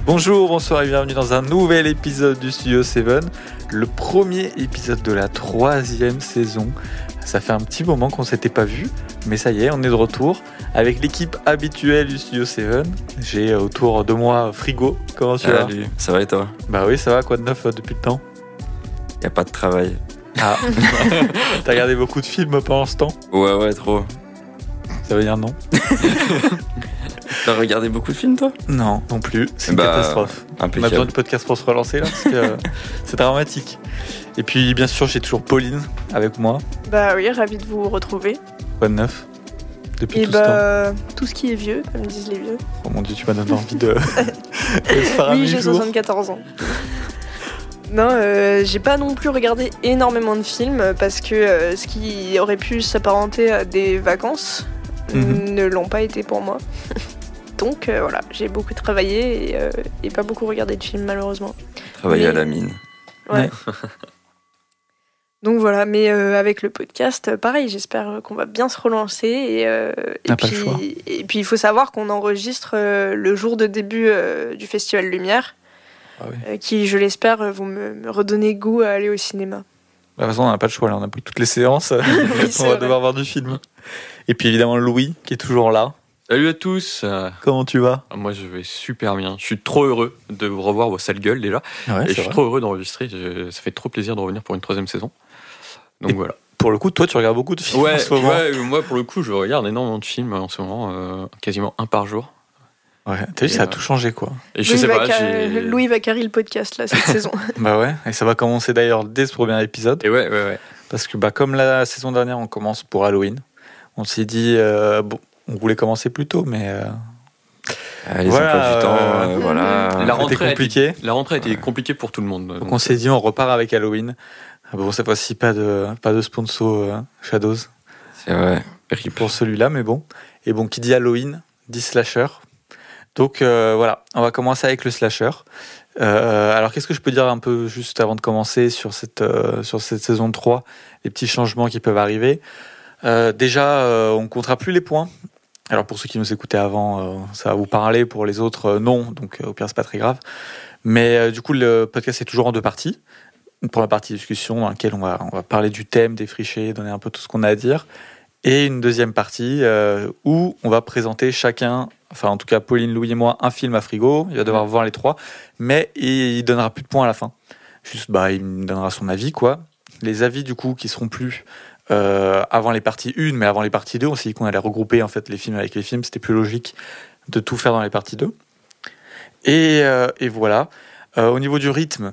Bonjour, bonsoir et bienvenue dans un nouvel épisode du Studio 7, le premier épisode de la 3e saison. Ça fait un petit moment qu'on s'était pas vu, mais ça y est, on est de retour avec l'équipe habituelle du Studio 7. J'ai autour de moi Frigo, comment tu vas ? Salut, ça va et toi ? Bah oui, ça va, quoi de neuf depuis le temps ? Y a pas de travail. Ah, t'as regardé beaucoup de films pendant ce temps ? Ouais, trop. Ça veut dire non ? T'as regardé beaucoup de films toi ? Non, non plus, c'est une catastrophe. On a besoin Impeccable. du podcast pour se relancer là, parce que c'est dramatique. Et puis bien sûr, j'ai toujours Pauline avec moi. Bah oui, ravi de vous retrouver. Quoi de neuf depuis Et tout ce temps ? tout ce qui est vieux, comme disent les vieux. Oh mon dieu, tu m'as donné envie de se faire un Oui, j'ai mi-jour. 74 ans. Non, j'ai pas non plus regardé énormément de films parce que ce qui aurait pu s'apparenter à des vacances ne l'ont pas été pour moi. Donc voilà, j'ai beaucoup travaillé et pas beaucoup regardé de films malheureusement. Travailler à la mine. Ouais. Donc voilà, mais avec le podcast, pareil, j'espère qu'on va bien se relancer. Et puis il faut savoir qu'on enregistre le jour de début du Festival Lumière, qui, je l'espère, vont me redonner goût à aller au cinéma. De toute façon, on n'a pas le choix, là. On a pris toutes les séances. Oui, On va devoir voir du film. Et puis évidemment, Louis, qui est toujours là. Salut à tous. Comment tu vas ? Moi je vais super bien. Je suis trop heureux de vous revoir vos sales gueules déjà. Ouais, Et je suis trop heureux d'enregistrer. Ça fait trop plaisir de revenir pour une 3e saison. Donc Et voilà. Pour le coup, toi, tu regardes beaucoup de films en ce moment. Moi pour le coup je regarde énormément de films en ce moment, quasiment un par jour. Ouais, t'as vu, ça a tout changé, quoi. Et je sais pas, Louis va carrer le podcast là cette saison. Bah ouais, et ça va commencer d'ailleurs dès ce premier épisode. Et ouais. Parce que comme la saison dernière, on commence pour Halloween. On s'est dit, bon, on voulait commencer plus tôt, mais Les emplois du temps, voilà. La rentrée a été compliquée pour tout le monde. Donc on s'est dit, on repart avec Halloween. Bon, cette fois-ci, pas de sponsor Shadows C'est vrai. pour celui-là, mais bon. Et bon, qui dit Halloween, dit slasher. Donc voilà, on va commencer avec le slasher. Alors qu'est-ce que je peux dire un peu juste avant de commencer sur cette saison 3, les petits changements qui peuvent arriver. Déjà, on comptera plus les points. Alors pour ceux qui nous écoutaient avant, ça va vous parler, pour les autres, non, donc au pire c'est pas très grave. Mais du coup, le podcast est toujours en 2 parties. Une première partie discussion dans laquelle on va parler du thème, défricher, donner un peu tout ce qu'on a à dire. Et une deuxième partie où on va présenter chacun, enfin en tout cas Pauline, Louis et moi, un film à Frigo. Il va devoir voir les 3, mais il donnera plus de points à la fin. Juste, il me donnera son avis, quoi. Les avis du coup qui seront plus avant les parties 1, mais avant les parties 2, on s'est dit qu'on allait regrouper en fait les films avec les films. C'était plus logique de tout faire dans les parties 2. Et voilà. Au niveau du rythme,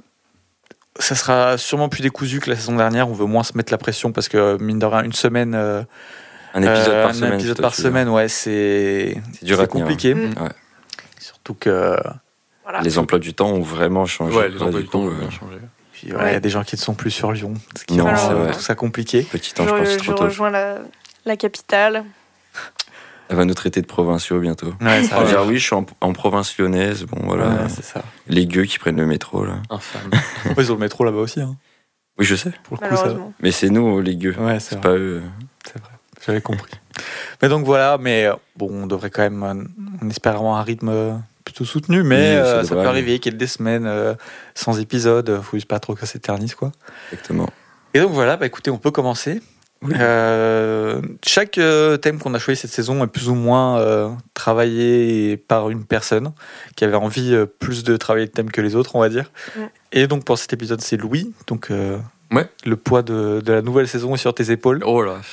ça sera sûrement plus décousu que la saison dernière. On veut moins se mettre la pression parce que mine de rien, une semaine. Un épisode par semaine. Ouais, c'est dur à tenir, compliqué. Ouais. Surtout que Voilà. Les emplois du temps ont vraiment changé. Ouais, les emplois Là, du temps ont coup, bien changé. puis il y a des gens qui ne sont plus sur Lyon, ce qui Non, rend c'est vrai. tout ça compliqué. Petit ange, je pense Je trop tôt. rejoins la capitale. Elle va nous traiter de provinciaux bientôt. Ouais, ça On va va. dire oui, je suis en province lyonnaise. Bon voilà, Ouais, c'est ça. les gueux qui prennent le métro là. Infâme. Ils ont le métro là-bas aussi. Hein. Oui, je sais. Pour le coup, ça va. Malheureusement. Mais c'est nous les gueux. Ouais, c'est C'est vrai. pas eux. C'est vrai. J'avais compris. Mais donc voilà, mais bon, on devrait quand même, on espère avoir un rythme plutôt soutenu, mais Oui, ça ça devrait peut aller. arriver qu'il y ait des semaines sans épisode. Faut juste pas trop que ça s'éternise, quoi. Exactement. Et donc voilà, écoutez, on peut commencer. Oui. Chaque thème qu'on a choisi cette saison est plus ou moins travaillé par une personne qui avait envie plus de travailler le thème que les autres, on va dire. Ouais. Et donc pour cet épisode, c'est Louis. Donc Ouais. le poids de la nouvelle saison est sur tes épaules. Oh là,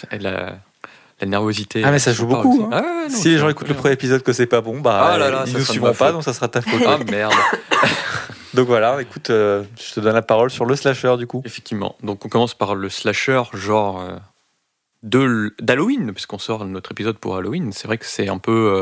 la nervosité. Ah mais ça joue part beaucoup. aussi. Hein. Ah ouais, non, Si les ça gens va écoutent bien. le premier épisode que c'est pas bon, Ah là là, ils ça nous sera de suivront ma pas, faute. donc ça sera ta faute. Ah merde. Donc voilà, écoute, je te donne la parole sur le slasher du coup. Effectivement. Donc on commence par le slasher, genre d'Halloween, puisqu'on sort notre épisode pour Halloween. C'est vrai que c'est un peu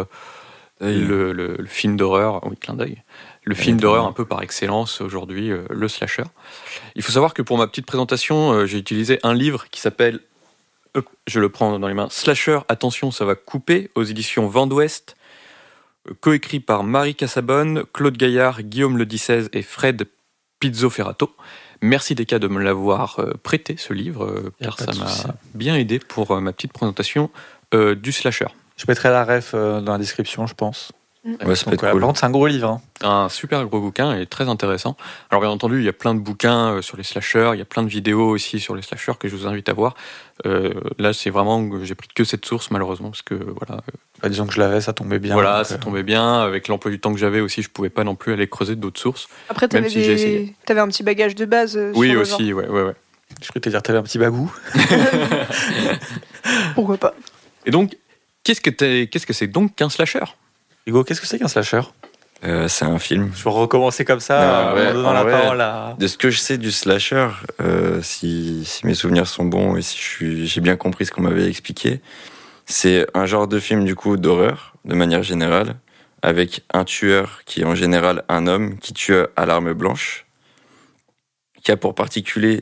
le film d'horreur. Oui, clin d'œil. Le film d'horreur un peu par excellence aujourd'hui, le slasher. Il faut savoir que pour ma petite présentation, j'ai utilisé un livre qui s'appelle, je le prends dans les mains, Slasher, attention, ça va couper, aux éditions Vent d'Ouest, coécrit par Marie Cassabonne, Claude Gaillard, Guillaume Ledissez et Fred Pizzoferrato. Merci Desca de me l'avoir prêté, ce livre, car pas ça de m'a souci. bien aidé pour ma petite présentation du slasher. Je mettrai la ref dans la description, je pense. Ouais, ça peut être Par cool. contre, c'est un gros livre. Hein. Un super gros bouquin et très intéressant. Alors bien entendu, il y a plein de bouquins sur les slashers, il y a plein de vidéos aussi sur les slashers que je vous invite à voir. Là, c'est vraiment que j'ai pris que cette source malheureusement parce que voilà. Disons que je l'avais, ça tombait bien. Voilà, donc, ça tombait bien. Avec l'emploi du temps que j'avais aussi, je pouvais pas non plus aller creuser d'autres sources. Après, Même si j'ai essayé. t'avais un petit bagage de base. Oui sur le aussi, genre. ouais. Je croyais te dire que t'avais un petit bagou. Pourquoi pas. Et donc, qu'est-ce que c'est donc qu'un slasher? Hugo, qu'est-ce que c'est qu'un slasher? C'est un film. Je vais recommencer comme ça, Ouais, en donnant en la vrai, parole à... De ce que je sais du slasher, si mes souvenirs sont bons et si j'ai bien compris ce qu'on m'avait expliqué, c'est un genre de film du coup d'horreur, de manière générale, avec un tueur qui est en général un homme qui tue à l'arme blanche, qui a pour particularité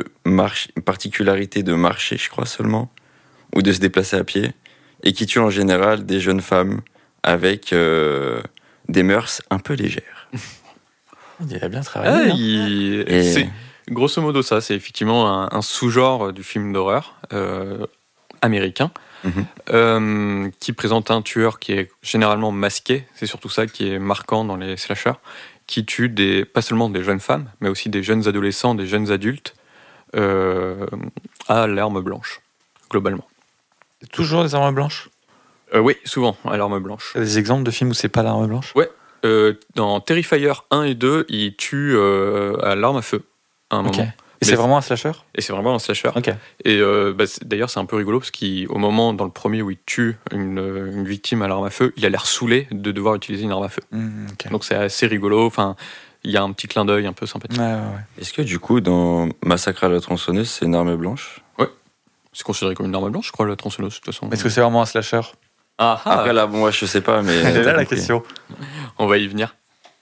de marcher, je crois seulement, ou de se déplacer à pied, et qui tue en général des jeunes femmes avec des mœurs un peu légères. Il a bien travaillé. Hein. C'est grosso modo ça, c'est effectivement un sous-genre du film d'horreur américain qui présente un tueur qui est généralement masqué, c'est surtout ça qui est marquant dans les slashers, qui tue pas seulement des jeunes femmes, mais aussi des jeunes adolescents, des jeunes adultes à l'arme blanche, globalement. C'est toujours des armes blanches? Oui, souvent à l'arme blanche. Il y a des exemples de films où c'est pas l'arme blanche? Ouais. Dans Terrifier 1 et 2, il tue à l'arme à feu à un moment. Et c'est vraiment un slasher? Et c'est vraiment un slasher. Ok. Et d'ailleurs, c'est un peu rigolo parce qu'au moment, dans le premier où il tue une victime à l'arme à feu, il a l'air saoulé de devoir utiliser une arme à feu. Okay. Donc c'est assez rigolo. Enfin, il y a un petit clin d'œil un peu sympathique. Ouais. Est-ce que du coup, dans Massacre à la tronçonneuse, c'est une arme blanche? Ouais. C'est considéré comme une arme blanche, je crois, la tronçonneuse, de toute façon. Est-ce que c'est vraiment un slasher? Après là, bon, moi je sais pas, mais... C'est là la question. On va y venir.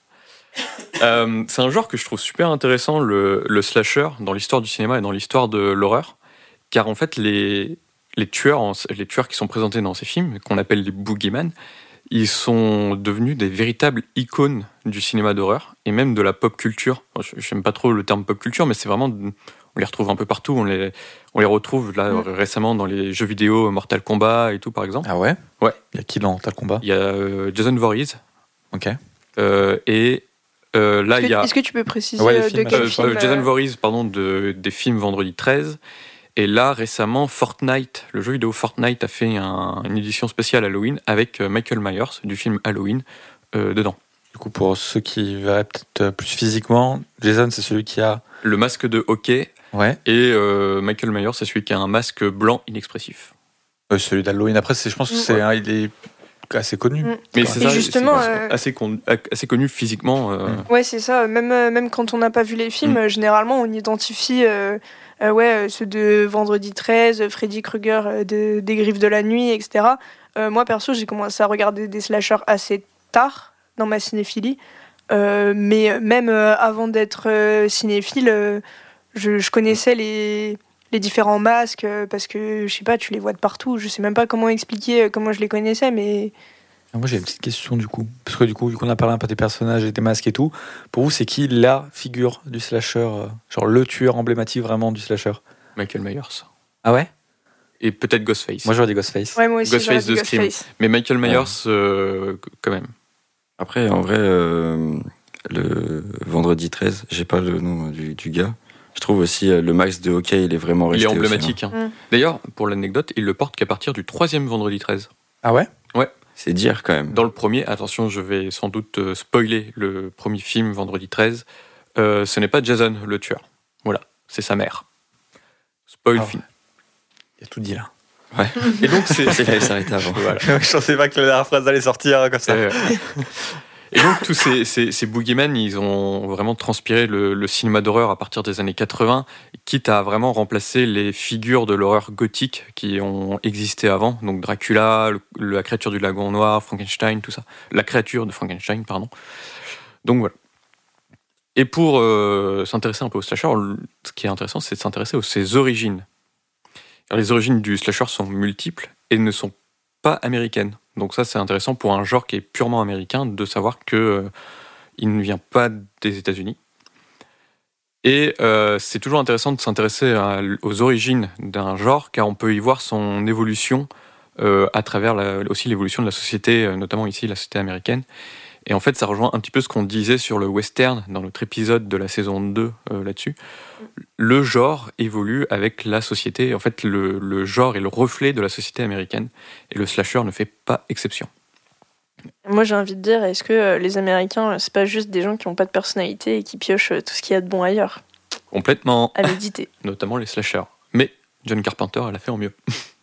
C'est un genre que je trouve super intéressant, le slasher, dans l'histoire du cinéma et dans l'histoire de l'horreur, car en fait les tueurs qui sont présentés dans ces films, qu'on appelle les boogeyman, ils sont devenus des véritables icônes du cinéma d'horreur et même de la pop culture. J'aime pas trop le terme pop culture, mais c'est vraiment, on les retrouve un peu partout. On les retrouve là récemment dans les jeux vidéo Mortal Kombat et tout, par exemple. Ah ouais? Ouais. Il y a qui dans Mortal Kombat? Il y a Jason Voorhees. Ok. Et là, il y a... Est-ce que tu peux préciser films, de quel film Jason Voorhees, pardon, des films Vendredi 13. Et là, récemment, Fortnite, le jeu vidéo Fortnite a fait une édition spéciale Halloween avec Michael Myers du film Halloween dedans. Du coup, pour ceux qui verraient peut-être plus physiquement, Jason, c'est celui qui a... Le masque de hockey. Ouais. Et Michael Myers, c'est celui qui a un masque blanc inexpressif. Celui d'Halloween. Après, je pense que il est assez connu. Mais c'est Et ça, justement, c'est assez connu physiquement. Ouais, c'est ça. Même quand on n'a pas vu les films, généralement, on identifie ceux de Vendredi 13, Freddy Krueger des Griffes de la Nuit, etc. Moi, perso, j'ai commencé à regarder des slashers assez tard dans ma cinéphilie. Mais même avant d'être cinéphile, je connaissais les différents masques parce que, je sais pas, tu les vois de partout. Je sais même pas comment expliquer comment je les connaissais, mais... Moi, j'ai une petite question du coup. Parce que du coup, vu qu'on a parlé un peu des personnages et des masques et tout, pour vous, c'est qui la figure du slasher, genre le tueur emblématique vraiment du slasher? Michael Myers. Ah ouais? Et peut-être Ghostface. Moi, j'aurais dit Ghostface. Ouais, moi aussi, Ghostface de Scream. Ghostface. Mais Michael Myers, quand même. Après, en vrai, le Vendredi 13, j'ai pas le nom du gars. Je trouve aussi le max de hockey, il est vraiment resté. Il est emblématique. Aussi, hein. D'ailleurs, pour l'anecdote, il le porte qu'à partir du 3e Vendredi 13. Ah ouais? Ouais. C'est dire quand même. Dans le premier, attention, je vais sans doute spoiler le premier film Vendredi 13. Ce n'est pas Jason le tueur. Voilà, c'est sa mère. Spoil film. Il y a tout dit là. Ouais. Et donc c'est là, il s'arrêtait avant. Voilà. Je pensais pas que la dernière phrase allait sortir comme ça. Et donc tous ces boogeymen, ils ont vraiment transpiré le cinéma d'horreur à partir des années 80, quitte à vraiment remplacer les figures de l'horreur gothique qui ont existé avant, donc Dracula, la créature du lagon noir, Frankenstein, tout ça. La créature de Frankenstein, pardon. Donc voilà. Et pour s'intéresser un peu au slasher, ce qui est intéressant, c'est de s'intéresser aux ses origines. Alors, les origines du slasher sont multiples et ne sont pas américaines. Donc ça, c'est intéressant pour un genre qui est purement américain de savoir que il ne vient pas des États-Unis. Et c'est toujours intéressant de s'intéresser aux origines d'un genre, car on peut y voir son évolution à travers aussi l'évolution de la société, notamment ici la société américaine. Et en fait, ça rejoint un petit peu ce qu'on disait sur le western dans notre épisode de la saison 2 là-dessus. Le genre évolue avec la société. En fait, le genre est le reflet de la société américaine. Et le slasher ne fait pas exception. Moi, j'ai envie de dire, est-ce que les Américains, c'est pas juste des gens qui n'ont pas de personnalité et qui piochent tout ce qu'il y a de bon ailleurs ? Complètement. À méditer. Notamment les slashers. Mais John Carpenter, elle a fait en mieux.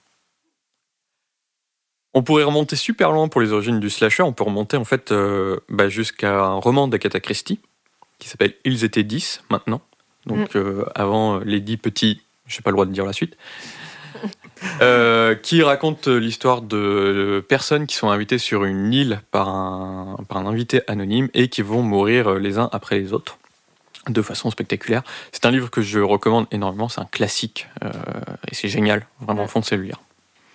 On pourrait remonter super loin pour les origines du slasher. On peut remonter en fait jusqu'à un roman d'Agatha Christie qui s'appelle Ils étaient 10 maintenant. Donc avant les 10 petits, je n'ai pas le droit de dire la suite. Qui raconte l'histoire de personnes qui sont invitées sur une île par un invité anonyme et qui vont mourir les uns après les autres de façon spectaculaire. C'est un livre que je recommande énormément. C'est un classique et c'est génial. Vraiment, foncez le lire.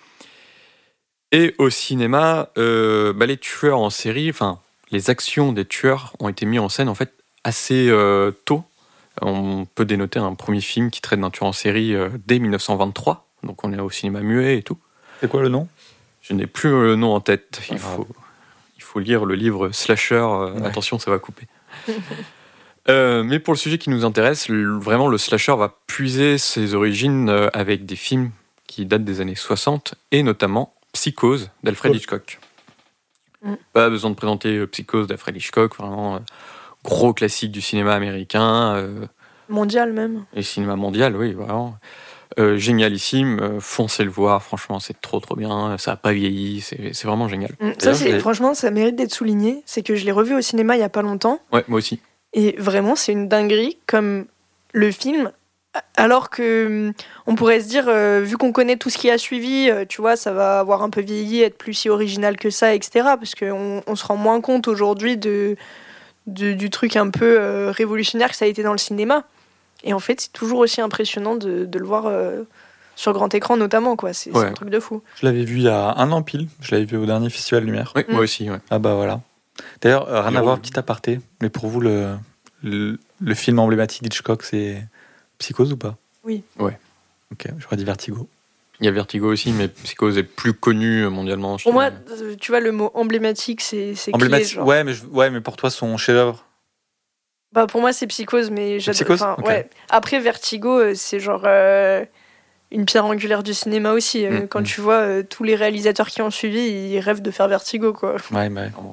Et au cinéma, les tueurs en série, enfin les actions des tueurs ont été mis en scène en fait assez tôt. On peut dénoter un premier film qui traite d'un tueur en série dès 1923, donc on est au cinéma muet et tout. C'est quoi le nom ? Je n'ai plus le nom en tête. Il faut lire le livre Slasher. Attention, ça va couper. Mais pour le sujet qui nous intéresse, vraiment le slasher va puiser ses origines avec des films qui datent des années 60 et notamment Psychose d'Alfred Hitchcock. Pas besoin de présenter Psychose d'Alfred Hitchcock, vraiment gros classique du cinéma américain. Mondial même. Et cinéma mondial, oui, vraiment. Génialissime, foncez le voir, franchement c'est trop bien, ça n'a pas vieilli, c'est vraiment génial. Franchement, ça mérite d'être souligné, c'est que je l'ai revu au cinéma il n'y a pas longtemps. Ouais, moi aussi. Et vraiment, c'est une dinguerie comme le film. Alors que on pourrait se dire, vu qu'on connaît tout ce qui a suivi, tu vois, ça va avoir un peu vieilli, être plus si original que ça, etc. Parce qu'on se rend moins compte aujourd'hui du truc un peu révolutionnaire que ça a été dans le cinéma. Et en fait, c'est toujours aussi impressionnant de le voir sur grand écran, notamment, quoi. C'est un truc de fou. Je l'avais vu il y a un an pile. Je l'avais vu au dernier Festival Lumière. Oui, moi aussi. Ouais. Ah bah voilà. D'ailleurs, rien à voir, petit aparté. Mais pour vous, le film emblématique d'Hitchcock, c'est Psychose ou pas ? Oui. Ouais. Ok, j'aurais dit Vertigo. Il y a Vertigo aussi, mais Psychose est plus connu mondialement. Pour moi, tu vois, le mot emblématique, c'est emblématique, clé, genre. Ouais, mais pour toi, son chef-d'œuvre. Bah pour moi, c'est Psychose, mais Psychose, enfin, okay. Ouais. Après, Vertigo, c'est genre une pierre angulaire du cinéma aussi. Quand tu vois tous les réalisateurs qui ont suivi, ils rêvent de faire Vertigo, quoi. Ouais.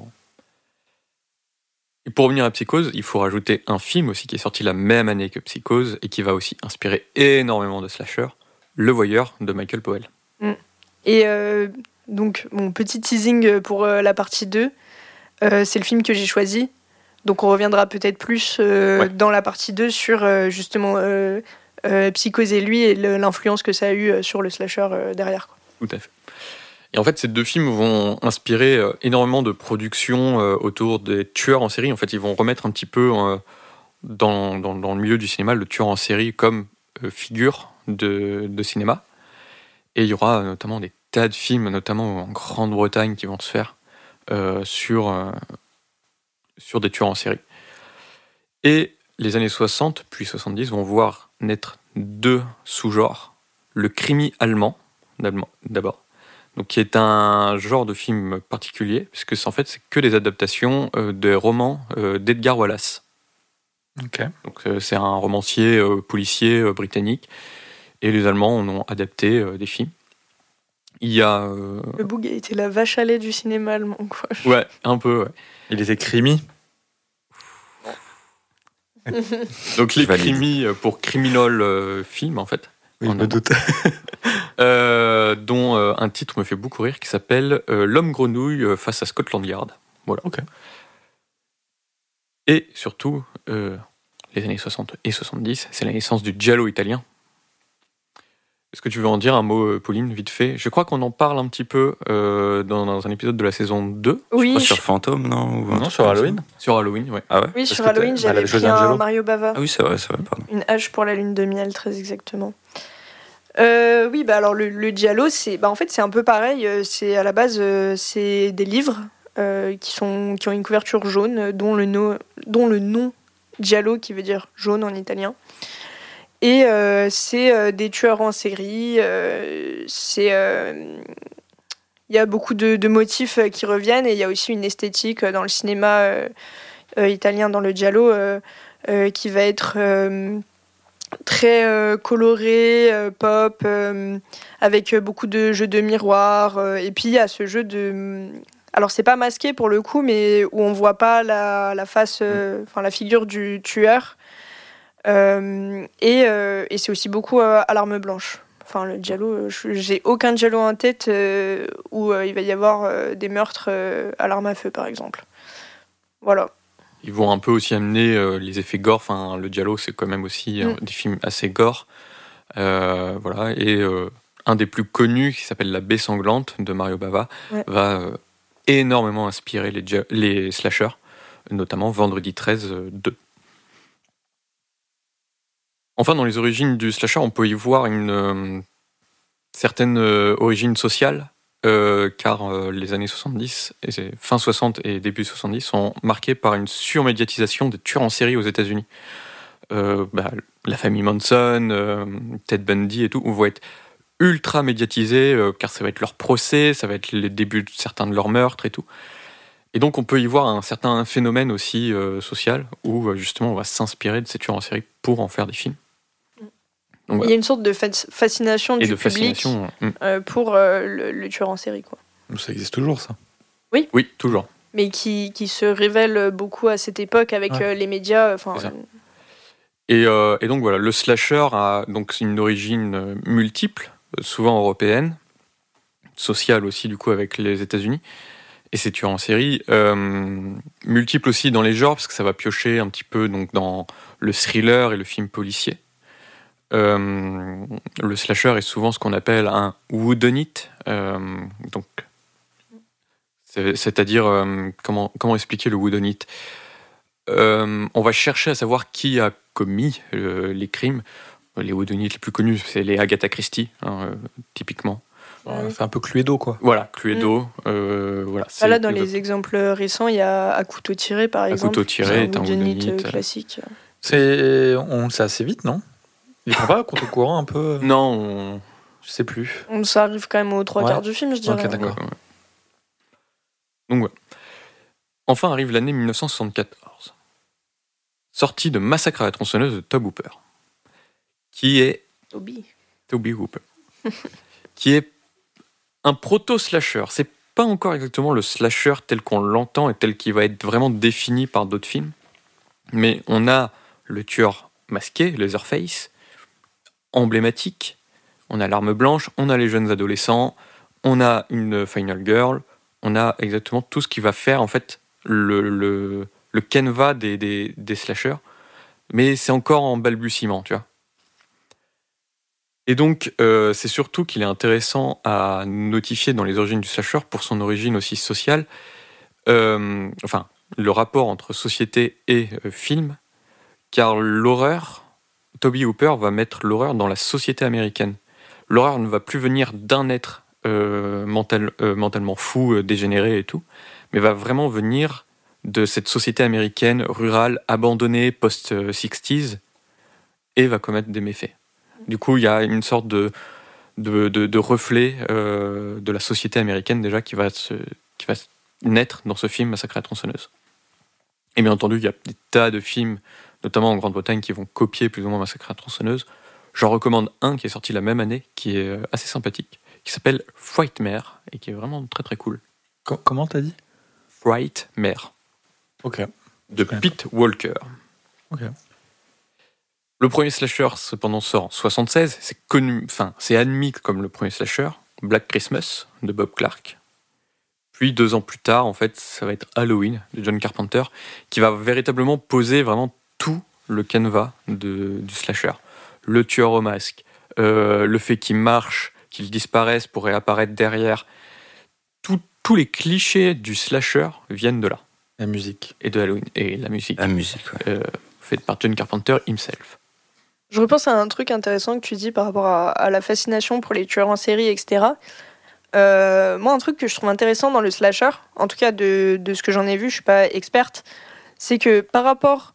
Et pour revenir à Psychose, il faut rajouter un film aussi qui est sorti la même année que Psychose et qui va aussi inspirer énormément de slasher, Le Voyeur de Michael Powell. Et donc, mon petit teasing pour la partie 2, c'est le film que j'ai choisi. Donc on reviendra peut-être plus dans la partie 2 sur justement Psychose et lui et l'influence que ça a eu sur le slasher derrière, quoi. Tout à fait. Et en fait, ces deux films vont inspirer énormément de productions autour des tueurs en série. En fait, ils vont remettre un petit peu dans le milieu du cinéma le tueur en série comme figure de cinéma. Et il y aura notamment des tas de films, notamment en Grande-Bretagne, qui vont se faire sur des tueurs en série. Et les années 60 puis 70 vont voir naître deux sous-genres. Le crimi allemand, d'abord, donc qui est un genre de film particulier, puisque c'est que des adaptations des romans d'Edgar Wallace. Okay. Donc c'est un romancier policier britannique, et les Allemands en ont adapté des films. Il y a... Le Boug était la vache à lait du cinéma allemand, quoi. Ouais, un peu, ouais. Il était crimi. Donc les crimis pour criminal film, en fait. Oui, je me doute. Dont un titre me fait beaucoup rire, qui s'appelle L'homme grenouille face à Scotland Yard. Voilà. Okay. Et surtout, les années 60 et 70, c'est la naissance du giallo italien. Est-ce que tu veux en dire un mot, Pauline, vite fait ? Je crois qu'on en parle un petit peu dans un épisode de la saison 2. Oui. Sur Fantôme, non ? Non, sur Halloween. Sur Halloween, ouais. Ah ouais ? Oui, sur Halloween, j'avais pris un Mario Bava. Ah oui, c'est vrai, pardon. Une hache pour la lune de miel, très exactement. Oui, bah alors le giallo, en fait c'est un peu pareil. C'est à la base c'est des livres qui ont une couverture jaune, dont le nom giallo qui veut dire jaune en italien. Et c'est des tueurs en série. C'est il y a beaucoup de motifs qui reviennent, et il y a aussi une esthétique dans le cinéma italien, dans le giallo, qui va être très coloré, pop, avec beaucoup de jeux de miroirs. Et puis il y a ce jeu de... Alors c'est pas masqué pour le coup, mais où on voit pas la face, la figure du tueur. Et c'est aussi beaucoup à l'arme blanche. Enfin, le giallo, j'ai aucun giallo en tête où il va y avoir des meurtres à l'arme à feu, par exemple. Voilà. Ils vont un peu aussi amener les effets gore. Enfin, le giallo, c'est quand même aussi des films assez gore. Voilà. Et un des plus connus, qui s'appelle La Baie sanglante de Mario Bava, va énormément inspirer les slashers, notamment Vendredi 13 2. Enfin, dans les origines du slasher, on peut y voir une certaine origine sociale, car les années 70, fin 60 et début 70, sont marqués par une surmédiatisation des tueurs en série aux États-Unis. La famille Manson, Ted Bundy et tout, on va être ultra médiatisés, car ça va être leur procès, ça va être les débuts de certains de leurs meurtres et tout. Et donc on peut y voir un certain phénomène aussi social, où justement on va s'inspirer de ces tueurs en série pour en faire des films. Donc, il y a une sorte de fascination du public pour le tueur en série, quoi. Ça existe toujours, ça. Oui, toujours. Mais qui se révèle beaucoup à cette époque avec les médias. Et donc voilà, le slasher a donc une origine multiple, souvent européenne, sociale aussi du coup avec les États-Unis, et ces tueurs en série, multiple aussi dans les genres, parce que ça va piocher un petit peu donc dans le thriller et le film policier. Le slasher est souvent ce qu'on appelle un whodunit, donc c'est-à-dire comment expliquer le whodunit. On va chercher à savoir qui a commis les crimes. Les whodunits les plus connus, c'est les Agatha Christie, typiquement. C'est un peu Cluedo, quoi. Voilà, Cluedo. Voilà, là, dans les exemples récents, il y a À couteau tiré, par exemple. À couteau tiré est un whodunit classique. C'est assez vite, non? Il prend pas contre courant un peu? Non, je sais plus. Ça arrive quand même aux 3/4 du film, je dirais. Ok, d'accord. Ouais. Donc voilà. Enfin arrive l'année 1974. Sortie de Massacre à la tronçonneuse de Tobe Hooper. Qui est... Toby Hooper. Qui est un proto-slasher. C'est pas encore exactement le slasher tel qu'on l'entend et tel qu'il va être vraiment défini par d'autres films. Mais on a le tueur masqué, Leatherface, emblématique. On a l'arme blanche, on a les jeunes adolescents, on a une final girl, on a exactement tout ce qui va faire en fait le canevas des slashers, mais c'est encore en balbutiement, tu vois. Et donc c'est surtout qu'il est intéressant à notifier dans les origines du slasher pour son origine aussi sociale, le rapport entre société et film, car l'horreur, Tobe Hooper va mettre l'horreur dans la société américaine. L'horreur ne va plus venir d'un être mentalement fou, dégénéré et tout, mais va vraiment venir de cette société américaine rurale, abandonnée, post-60s, et va commettre des méfaits. Du coup, il y a une sorte de reflet de la société américaine déjà qui va naître dans ce film Massacre à la tronçonneuse. Et bien entendu, il y a des tas de films, notamment en Grande-Bretagne, qui vont copier plus ou moins Massacre à la tronçonneuse. J'en recommande un qui est sorti la même année, qui est assez sympathique, qui s'appelle Frightmare, et qui est vraiment très très cool. Comment t'as dit? Frightmare. Ok. De Pete Walker. Ok. Le premier slasher, cependant, sort en 1976. C'est admis comme le premier slasher, Black Christmas, de Bob Clark. Puis 2 ans plus tard, en fait, ça va être Halloween, de John Carpenter, qui va véritablement poser vraiment tout le canevas du slasher. Le tueur au masque, le fait qu'il marche, qu'il disparaisse pour réapparaître derrière. Tous les clichés du slasher viennent de là. La musique. Et de Halloween. Et la musique. La musique, ouais. Faite par John Carpenter himself. Je repense à un truc intéressant que tu dis par rapport à la fascination pour les tueurs en série, etc. Moi, un truc que je trouve intéressant dans le slasher, en tout cas de ce que j'en ai vu, je suis pas experte, c'est que par rapport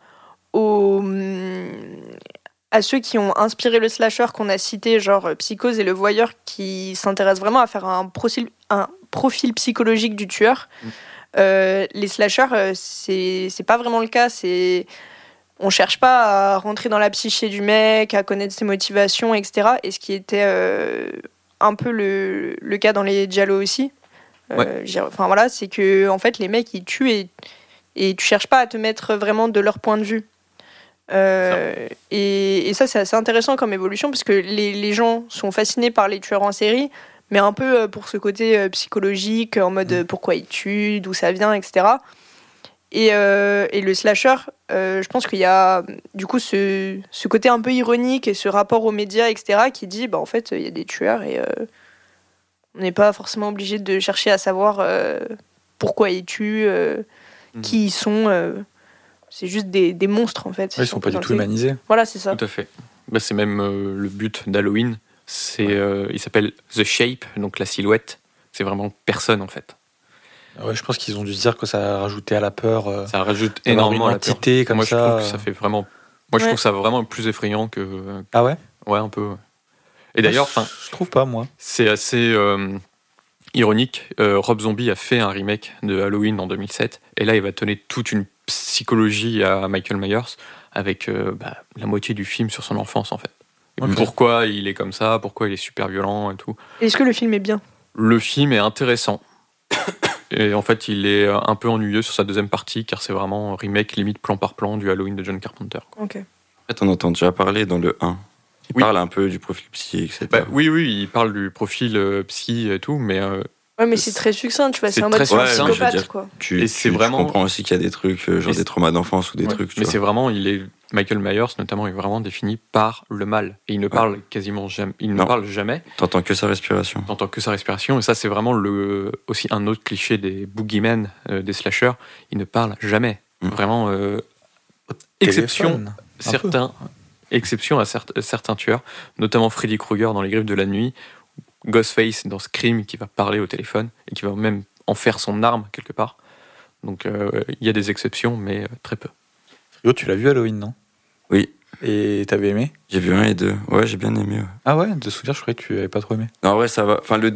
à ceux qui ont inspiré le slasher qu'on a cité, genre Psychose et Le Voyeur, qui s'intéressent vraiment à faire un profil psychologique du tueur. Les slashers, c'est pas vraiment le cas. On cherche pas à rentrer dans la psyché du mec, à connaître ses motivations, etc. Et ce qui était un peu le cas dans les giallo aussi. Voilà, c'est que en fait, les mecs, ils tuent et tu cherches pas à te mettre vraiment de leur point de vue. Et ça, c'est assez intéressant comme évolution parce que les gens sont fascinés par les tueurs en série, mais un peu pour ce côté psychologique, en mode pourquoi ils tuent, d'où ça vient, etc. Et le slasher, je pense qu'il y a du coup ce côté un peu ironique et ce rapport aux médias, etc., qui dit en fait, il y a des tueurs et on n'est pas forcément obligé de chercher à savoir pourquoi ils tuent, qui ils sont. C'est juste des monstres en fait. Ils sont pas du tout humanisés. Voilà, c'est ça. Tout à fait. C'est même le but d'Halloween. Il s'appelle The Shape, donc la silhouette. C'est vraiment personne en fait. Ouais, je pense qu'ils ont dû se dire que ça a rajouté à la peur. Ça rajoute énormément une à la peur. entité comme moi, ça. Je trouve que ça fait vraiment. Moi, je trouve ça vraiment plus effrayant que. Ah ouais. Ouais, un peu. Et d'ailleurs, je trouve pas moi. C'est assez ironique. Rob Zombie a fait un remake de Halloween en 2007, et là, il va donner toute une psychologie à Michael Myers avec la moitié du film sur son enfance en fait. Okay. Pourquoi il est comme ça, pourquoi il est super violent et tout. Est-ce que le film est bien ? Le film est intéressant. Et en fait, il est un peu ennuyeux sur sa deuxième partie, car c'est vraiment un remake limite plan par plan du Halloween de John Carpenter. Ok. En fait, on entend déjà parler dans le 1. Il parle un peu du profil psy, etc. Oui, il parle du profil psy et tout, mais... ouais, mais c'est très succinct, tu vois, c'est un mode psychopathe, quoi. Tu comprends aussi qu'il y a des trucs, genre des traumas d'enfance ou des trucs, tu mais vois. c'est vraiment, Michael Myers, notamment, est vraiment défini par le mal. Et il ne parle quasiment jamais. Il ne parle jamais. T'entends que sa respiration. Et ça, c'est vraiment aussi un autre cliché des boogeymen, des slashers. Il ne parle jamais. Vraiment, exception à certains tueurs, notamment Freddy Krueger dans Les Griffes de la Nuit, Ghostface dans Scream qui va parler au téléphone et qui va même en faire son arme quelque part. Donc il y a des exceptions, mais très peu. Frigo, tu l'as vu Halloween, non ? Oui. Et t'avais aimé ? J'ai vu 1 et 2. Ouais, j'ai bien aimé. Ouais. Ah ouais, de souvenir, je croyais que tu avais pas trop aimé. Non, ouais, ça va. Enfin, le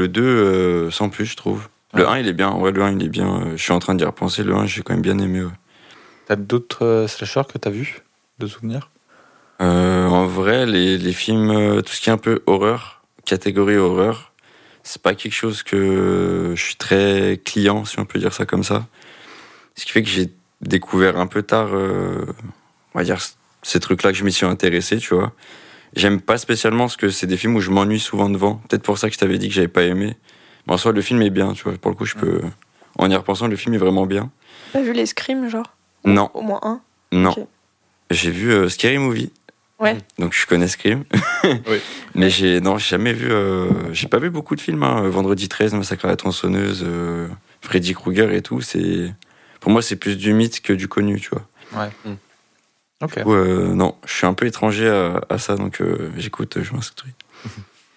2 sans plus, je trouve. Le 1, il est bien. Ouais, le 1, il est bien. Je suis en train d'y repenser. Le 1, j'ai quand même bien aimé. Ouais. T'as d'autres slashers que t'as vus, de souvenirs ? En vrai, les films, tout ce qui est un peu horreur, catégorie horreur, c'est pas quelque chose que je suis très client, si on peut dire ça comme ça. Ce qui fait que j'ai découvert un peu tard, on va dire, ces trucs-là, que je m'y suis intéressé, tu vois. J'aime pas spécialement parce que c'est des films où je m'ennuie souvent devant. Peut-être pour ça que je t'avais dit que j'avais pas aimé. Mais en soi, le film est bien, tu vois. Pour le coup, en y repensant, le film est vraiment bien. T'as vu les Scream, genre ? Non. Au moins un ? Non. Okay. J'ai vu Scary Movie. Ouais. Donc je connais Scream. Oui. Mais j'ai jamais vu. J'ai pas vu beaucoup de films. Vendredi 13, Massacre à la tronçonneuse, Freddy Krueger et tout. Pour moi, c'est plus du mythe que du connu, tu vois. Ouais. Ok. Du coup, non, je suis un peu étranger à ça, donc j'écoute, je m'instruis. Je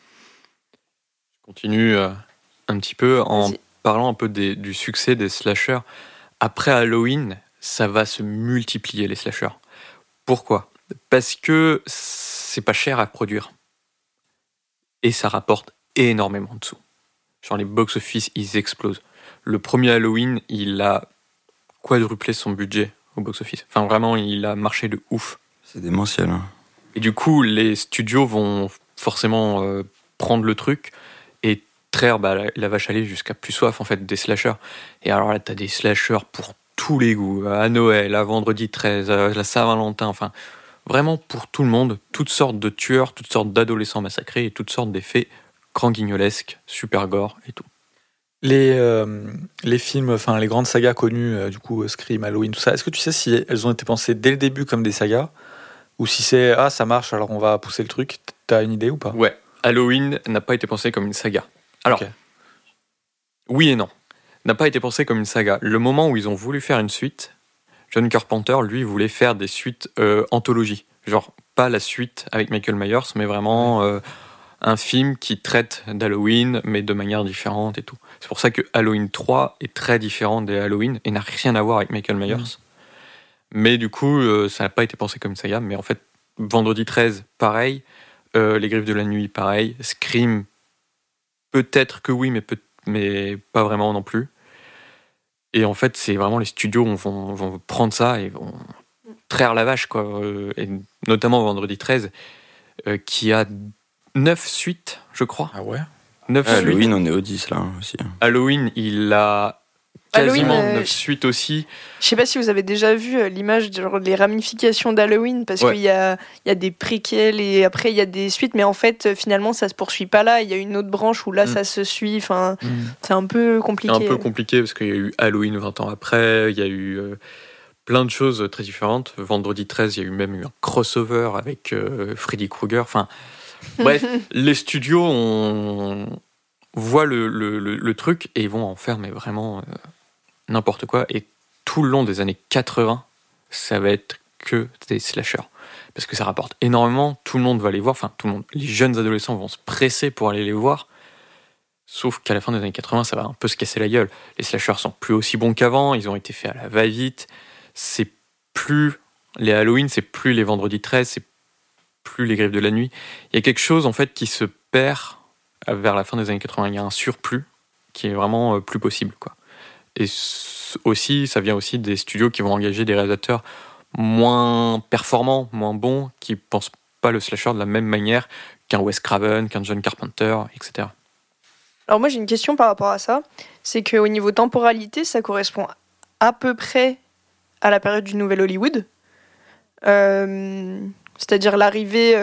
continue un petit peu en parlant un peu du succès des slashers. Après Halloween, ça va se multiplier les slashers. Pourquoi ? Parce que c'est pas cher à produire. Et ça rapporte énormément de sous. Genre les box-office, ils explosent. Le premier Halloween, il a quadruplé son budget au box-office. Enfin, vraiment, il a marché de ouf. C'est démentiel. Hein. Et du coup, les studios vont forcément prendre le truc et traire la vache à lait jusqu'à plus soif, en fait, des slashers. Et alors là, t'as des slashers pour tous les goûts. À Noël, à Vendredi 13, à la Saint-Valentin, enfin... Vraiment pour tout le monde, toutes sortes de tueurs, toutes sortes d'adolescents massacrés et toutes sortes d'effets grand guignolesques, super gore et tout. Les films, enfin les grandes sagas connues, du coup Scream, Halloween, tout ça, est-ce que tu sais si elles ont été pensées dès le début comme des sagas ou si c'est ça marche alors on va pousser le truc, t'as une idée ou pas ? Ouais, Halloween n'a pas été pensé comme une saga. Alors, oui et non, n'a pas été pensé comme une saga. Le moment où ils ont voulu faire une suite, John Carpenter, lui, voulait faire des suites anthologies. Genre, pas la suite avec Michael Myers, mais vraiment un film qui traite d'Halloween, mais de manière différente et tout. C'est pour ça que Halloween 3 est très différent des Halloween et n'a rien à voir avec Michael Myers. Mais du coup, ça n'a pas été pensé comme une saga. Mais en fait, Vendredi 13, pareil. Les Griffes de la Nuit, pareil. Scream, peut-être que oui, mais mais pas vraiment non plus. Et en fait, c'est vraiment les studios vont prendre ça et vont traire la vache, quoi. Et notamment Vendredi 13, qui a 9 suites, je crois. Ah ouais. 9 suites. Halloween, on est au 10 là aussi. Halloween, il a quasiment Halloween, 9 suites aussi. Je sais pas si vous avez déjà vu l'image des ramifications d'Halloween, parce Ouais. qu'il y a des préquels et après il y a des suites, mais en fait finalement ça se poursuit pas là. Il y a une autre branche où là ça se suit. Enfin, c'est un peu compliqué. C'est un peu compliqué parce qu'il y a eu Halloween 20 ans après, il y a eu plein de choses très différentes. Vendredi 13, il y a eu même eu un crossover avec Freddy Krueger. Enfin, bref, les studios voient le truc et ils vont en faire mais vraiment n'importe quoi. Et tout le long des années 80, ça va être que des slashers. Parce que ça rapporte énormément, tout le monde va les voir, enfin tout le monde, les jeunes adolescents vont se presser pour aller les voir. Sauf qu'à la fin des années 80, ça va un peu se casser la gueule. Les slashers sont plus aussi bons qu'avant, ils ont été faits à la va-vite. C'est plus les Halloween, c'est plus les Vendredi 13, c'est plus les Griffes de la nuit. Il y a quelque chose en fait qui se perd vers la fin des années 80. Il y a un surplus qui est vraiment plus possible, quoi. Et aussi, ça vient aussi des studios qui vont engager des réalisateurs moins performants, moins bons, qui pensent pas le slasher de la même manière qu'un Wes Craven, qu'un John Carpenter, etc. Alors moi j'ai une question par rapport à ça, c'est qu'au niveau temporalité, ça correspond à peu près à la période du Nouvel Hollywood, c'est-à-dire l'arrivée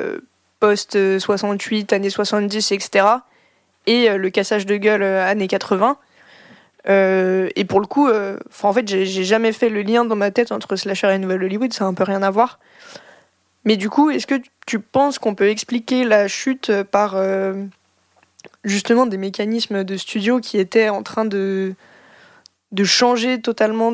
post-68, années 70, etc., et le cassage de gueule années 80. Et pour le coup, en fait, j'ai jamais fait le lien dans ma tête entre slasher et Nouvel Hollywood, ça a un peu rien à voir. Mais du coup, est-ce que tu penses qu'on peut expliquer la chute par justement des mécanismes de studio qui étaient en train de changer totalement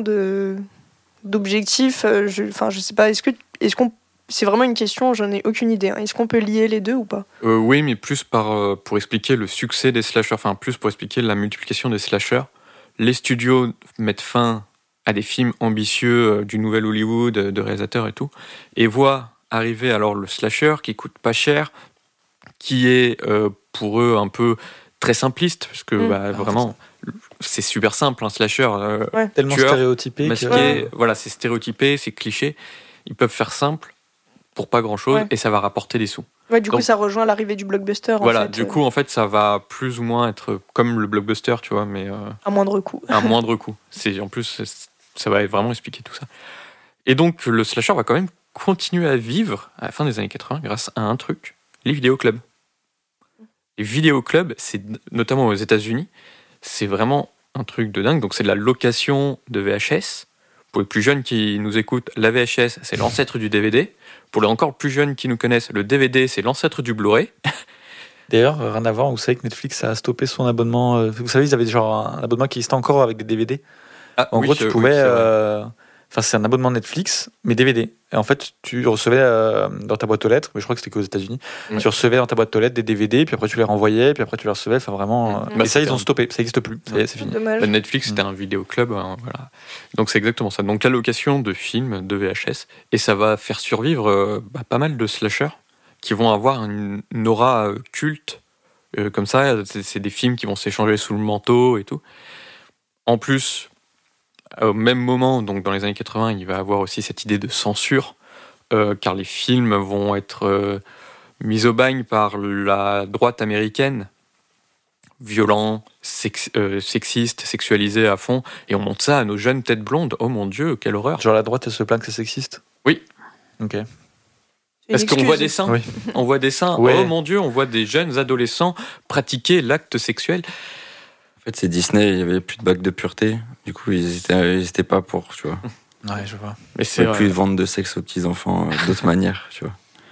d'objectif? Je sais pas, est-ce qu'on c'est vraiment une question, j'en ai aucune idée. Est-ce qu'on peut lier les deux ou pas? Oui, mais plus pour expliquer le succès des slashers, enfin plus pour expliquer la multiplication des slashers. Les studios mettent fin à des films ambitieux du Nouvel Hollywood, de réalisateurs et tout, et voient arriver alors le slasher qui coûte pas cher, qui est pour eux un peu très simpliste, parce que vraiment c'est super simple, un slasher. Tellement tueur, stéréotypé. masqué, voilà, c'est stéréotypé, c'est cliché. Ils peuvent faire simple pour pas grand chose et ça va rapporter des sous. Ouais, du coup, ça rejoint l'arrivée du blockbuster. Voilà, en fait. du coup, en fait, ça va plus ou moins être comme le blockbuster, tu vois, mais à moindre coût. à moindre coût. En plus, ça va vraiment expliquer tout ça. Et donc, le slasher va quand même continuer à vivre à la fin des années 80 grâce à un truc, les vidéoclubs. Les vidéoclubs, c'est notamment aux États-Unis, c'est vraiment un truc de dingue. Donc, c'est de la location de VHS. Pour les plus jeunes qui nous écoutent, la VHS, c'est l'ancêtre du DVD. Pour les encore plus jeunes qui nous connaissent, le DVD, c'est l'ancêtre du Blu-ray. D'ailleurs, rien à voir, vous savez que Netflix a stoppé son abonnement. Vous savez, ils avaient genre un abonnement qui existait encore avec des DVD. En gros, tu pouvais. C'est un abonnement Netflix, mais DVD. Et en fait, tu recevais dans ta boîte aux lettres, mais je crois que c'était qu'aux États-Unis, tu recevais dans ta boîte aux lettres des DVD, puis après tu les renvoyais, puis après tu les recevais. Enfin, vraiment. Et ça, ils ont stoppé. Ça n'existe plus. Ça y est, c'est fini. Dommage. Netflix, c'était un vidéoclub. Voilà. Donc, c'est exactement ça. Donc, la location de films, de VHS. Et ça va faire survivre pas mal de slashers qui vont avoir une aura culte. Comme ça, c'est des films qui vont s'échanger sous le manteau et tout. En plus, au même moment, donc dans les années 80, il va avoir aussi cette idée de censure, car les films vont être mis au bagne par la droite américaine, violents, sexistes, sexualisés à fond, et on montre ça à nos jeunes têtes blondes. Oh mon Dieu, quelle horreur! Genre la droite, elle se plaint que c'est sexiste? Oui. Ok. Parce qu'on voit des seins. Oui. On voit des seins. Ouais. Oh mon Dieu, on voit des jeunes adolescents pratiquer l'acte sexuel. En fait, c'est Disney, il y avait plus de bac de pureté. Du coup, ils étaient pas pour, tu vois. Ouais, je vois. Mais c'est Plus de vente de sexe aux petits-enfants d'autres manières, tu vois.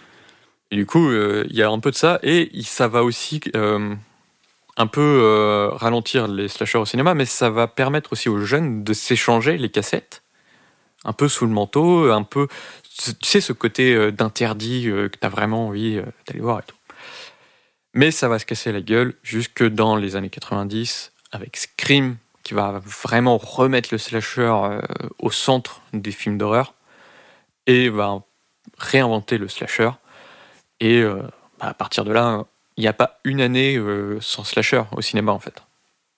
Et du coup, il y a un peu de ça, et ça va aussi un peu ralentir les slashers au cinéma, mais ça va permettre aussi aux jeunes de s'échanger les cassettes, un peu sous le manteau, un peu, tu sais, ce côté d'interdit que t'as vraiment envie d'aller voir et tout. Mais ça va se casser la gueule jusque dans les années 90, avec Scream, qui va vraiment remettre le slasher au centre des films d'horreur, et va réinventer le slasher. Et à partir de là, il n'y a pas une année sans slasher au cinéma, en fait.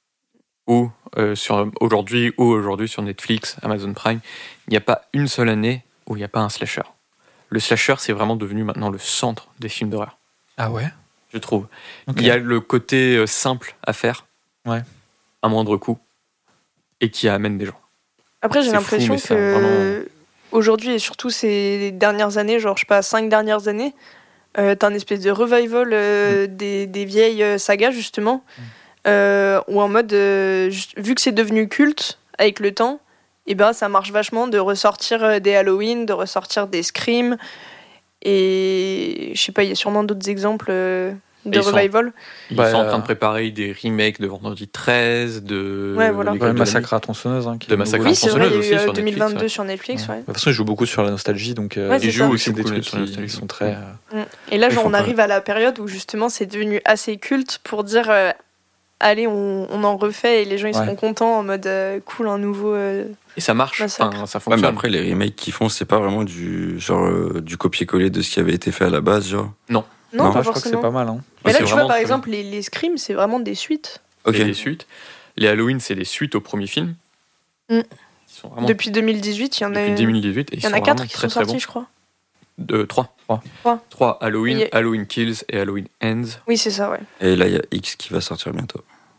ou aujourd'hui sur Netflix, Amazon Prime, il n'y a pas une seule année où il n'y a pas un slasher. Le slasher, c'est vraiment devenu maintenant le centre des films d'horreur. Ah ouais. Je trouve. Ok. Il y a le côté simple à faire, Ouais. à moindre coût, et qui amène des gens. Après, j'ai C'est l'impression fou, mais ça, que vraiment- aujourd'hui, et surtout ces dernières années, genre, je sais pas, 5 dernières années, t'as un espèce de revival des vieilles sagas, justement, où en mode, vu que c'est devenu culte avec le temps, et ben ça marche vachement de ressortir des Halloween, de ressortir des Scream, et je sais pas, il y a sûrement d'autres exemples de ils sont- revival. Ils Bah, sont en train de préparer des remakes de Vendredi 13, de Ouais, voilà. L'école Ouais, de la Massacre à tronçonneuse. Hein, qui De est Massacre nouveau. à Oui, c'est vrai, il y tronçonneuse a eu aussi sur 2022 Netflix, sur Netflix, ouais. De toute façon, ils jouent beaucoup sur la nostalgie, donc Ouais, c'est ils ça. jouent Ils aussi jouent des beaucoup trucs sur la qui nostalgie. sont très. Et là, Ils genre, font on pas. arrive à la période où justement c'est devenu assez culte pour dire allez, on en refait et les gens ils seront Ouais. contents en mode cool, un nouveau. Et ça marche, Massacre. enfin, ça Ouais, mais fonctionne. après, les remakes qu'ils font, c'est pas vraiment du copier-coller de ce qui avait été fait à la base, genre. Non, Non, pas je crois que c'est forcément. pas mal. Hein. Mais là, C'est tu vois, vraiment par très exemple, les Scream, c'est vraiment des suites. Ok. C'est des suites. Les Halloween, c'est des suites au premier film. Mm. Ils sont vraiment Depuis 2018, il y en a, depuis 2018 et il y en a 4 qui sont sortis, je crois. 3. Trois. 3 Halloween, Il y a- Halloween Kills et Halloween Ends. Oui, c'est ça, ouais. Et là, il y a X qui va sortir bientôt.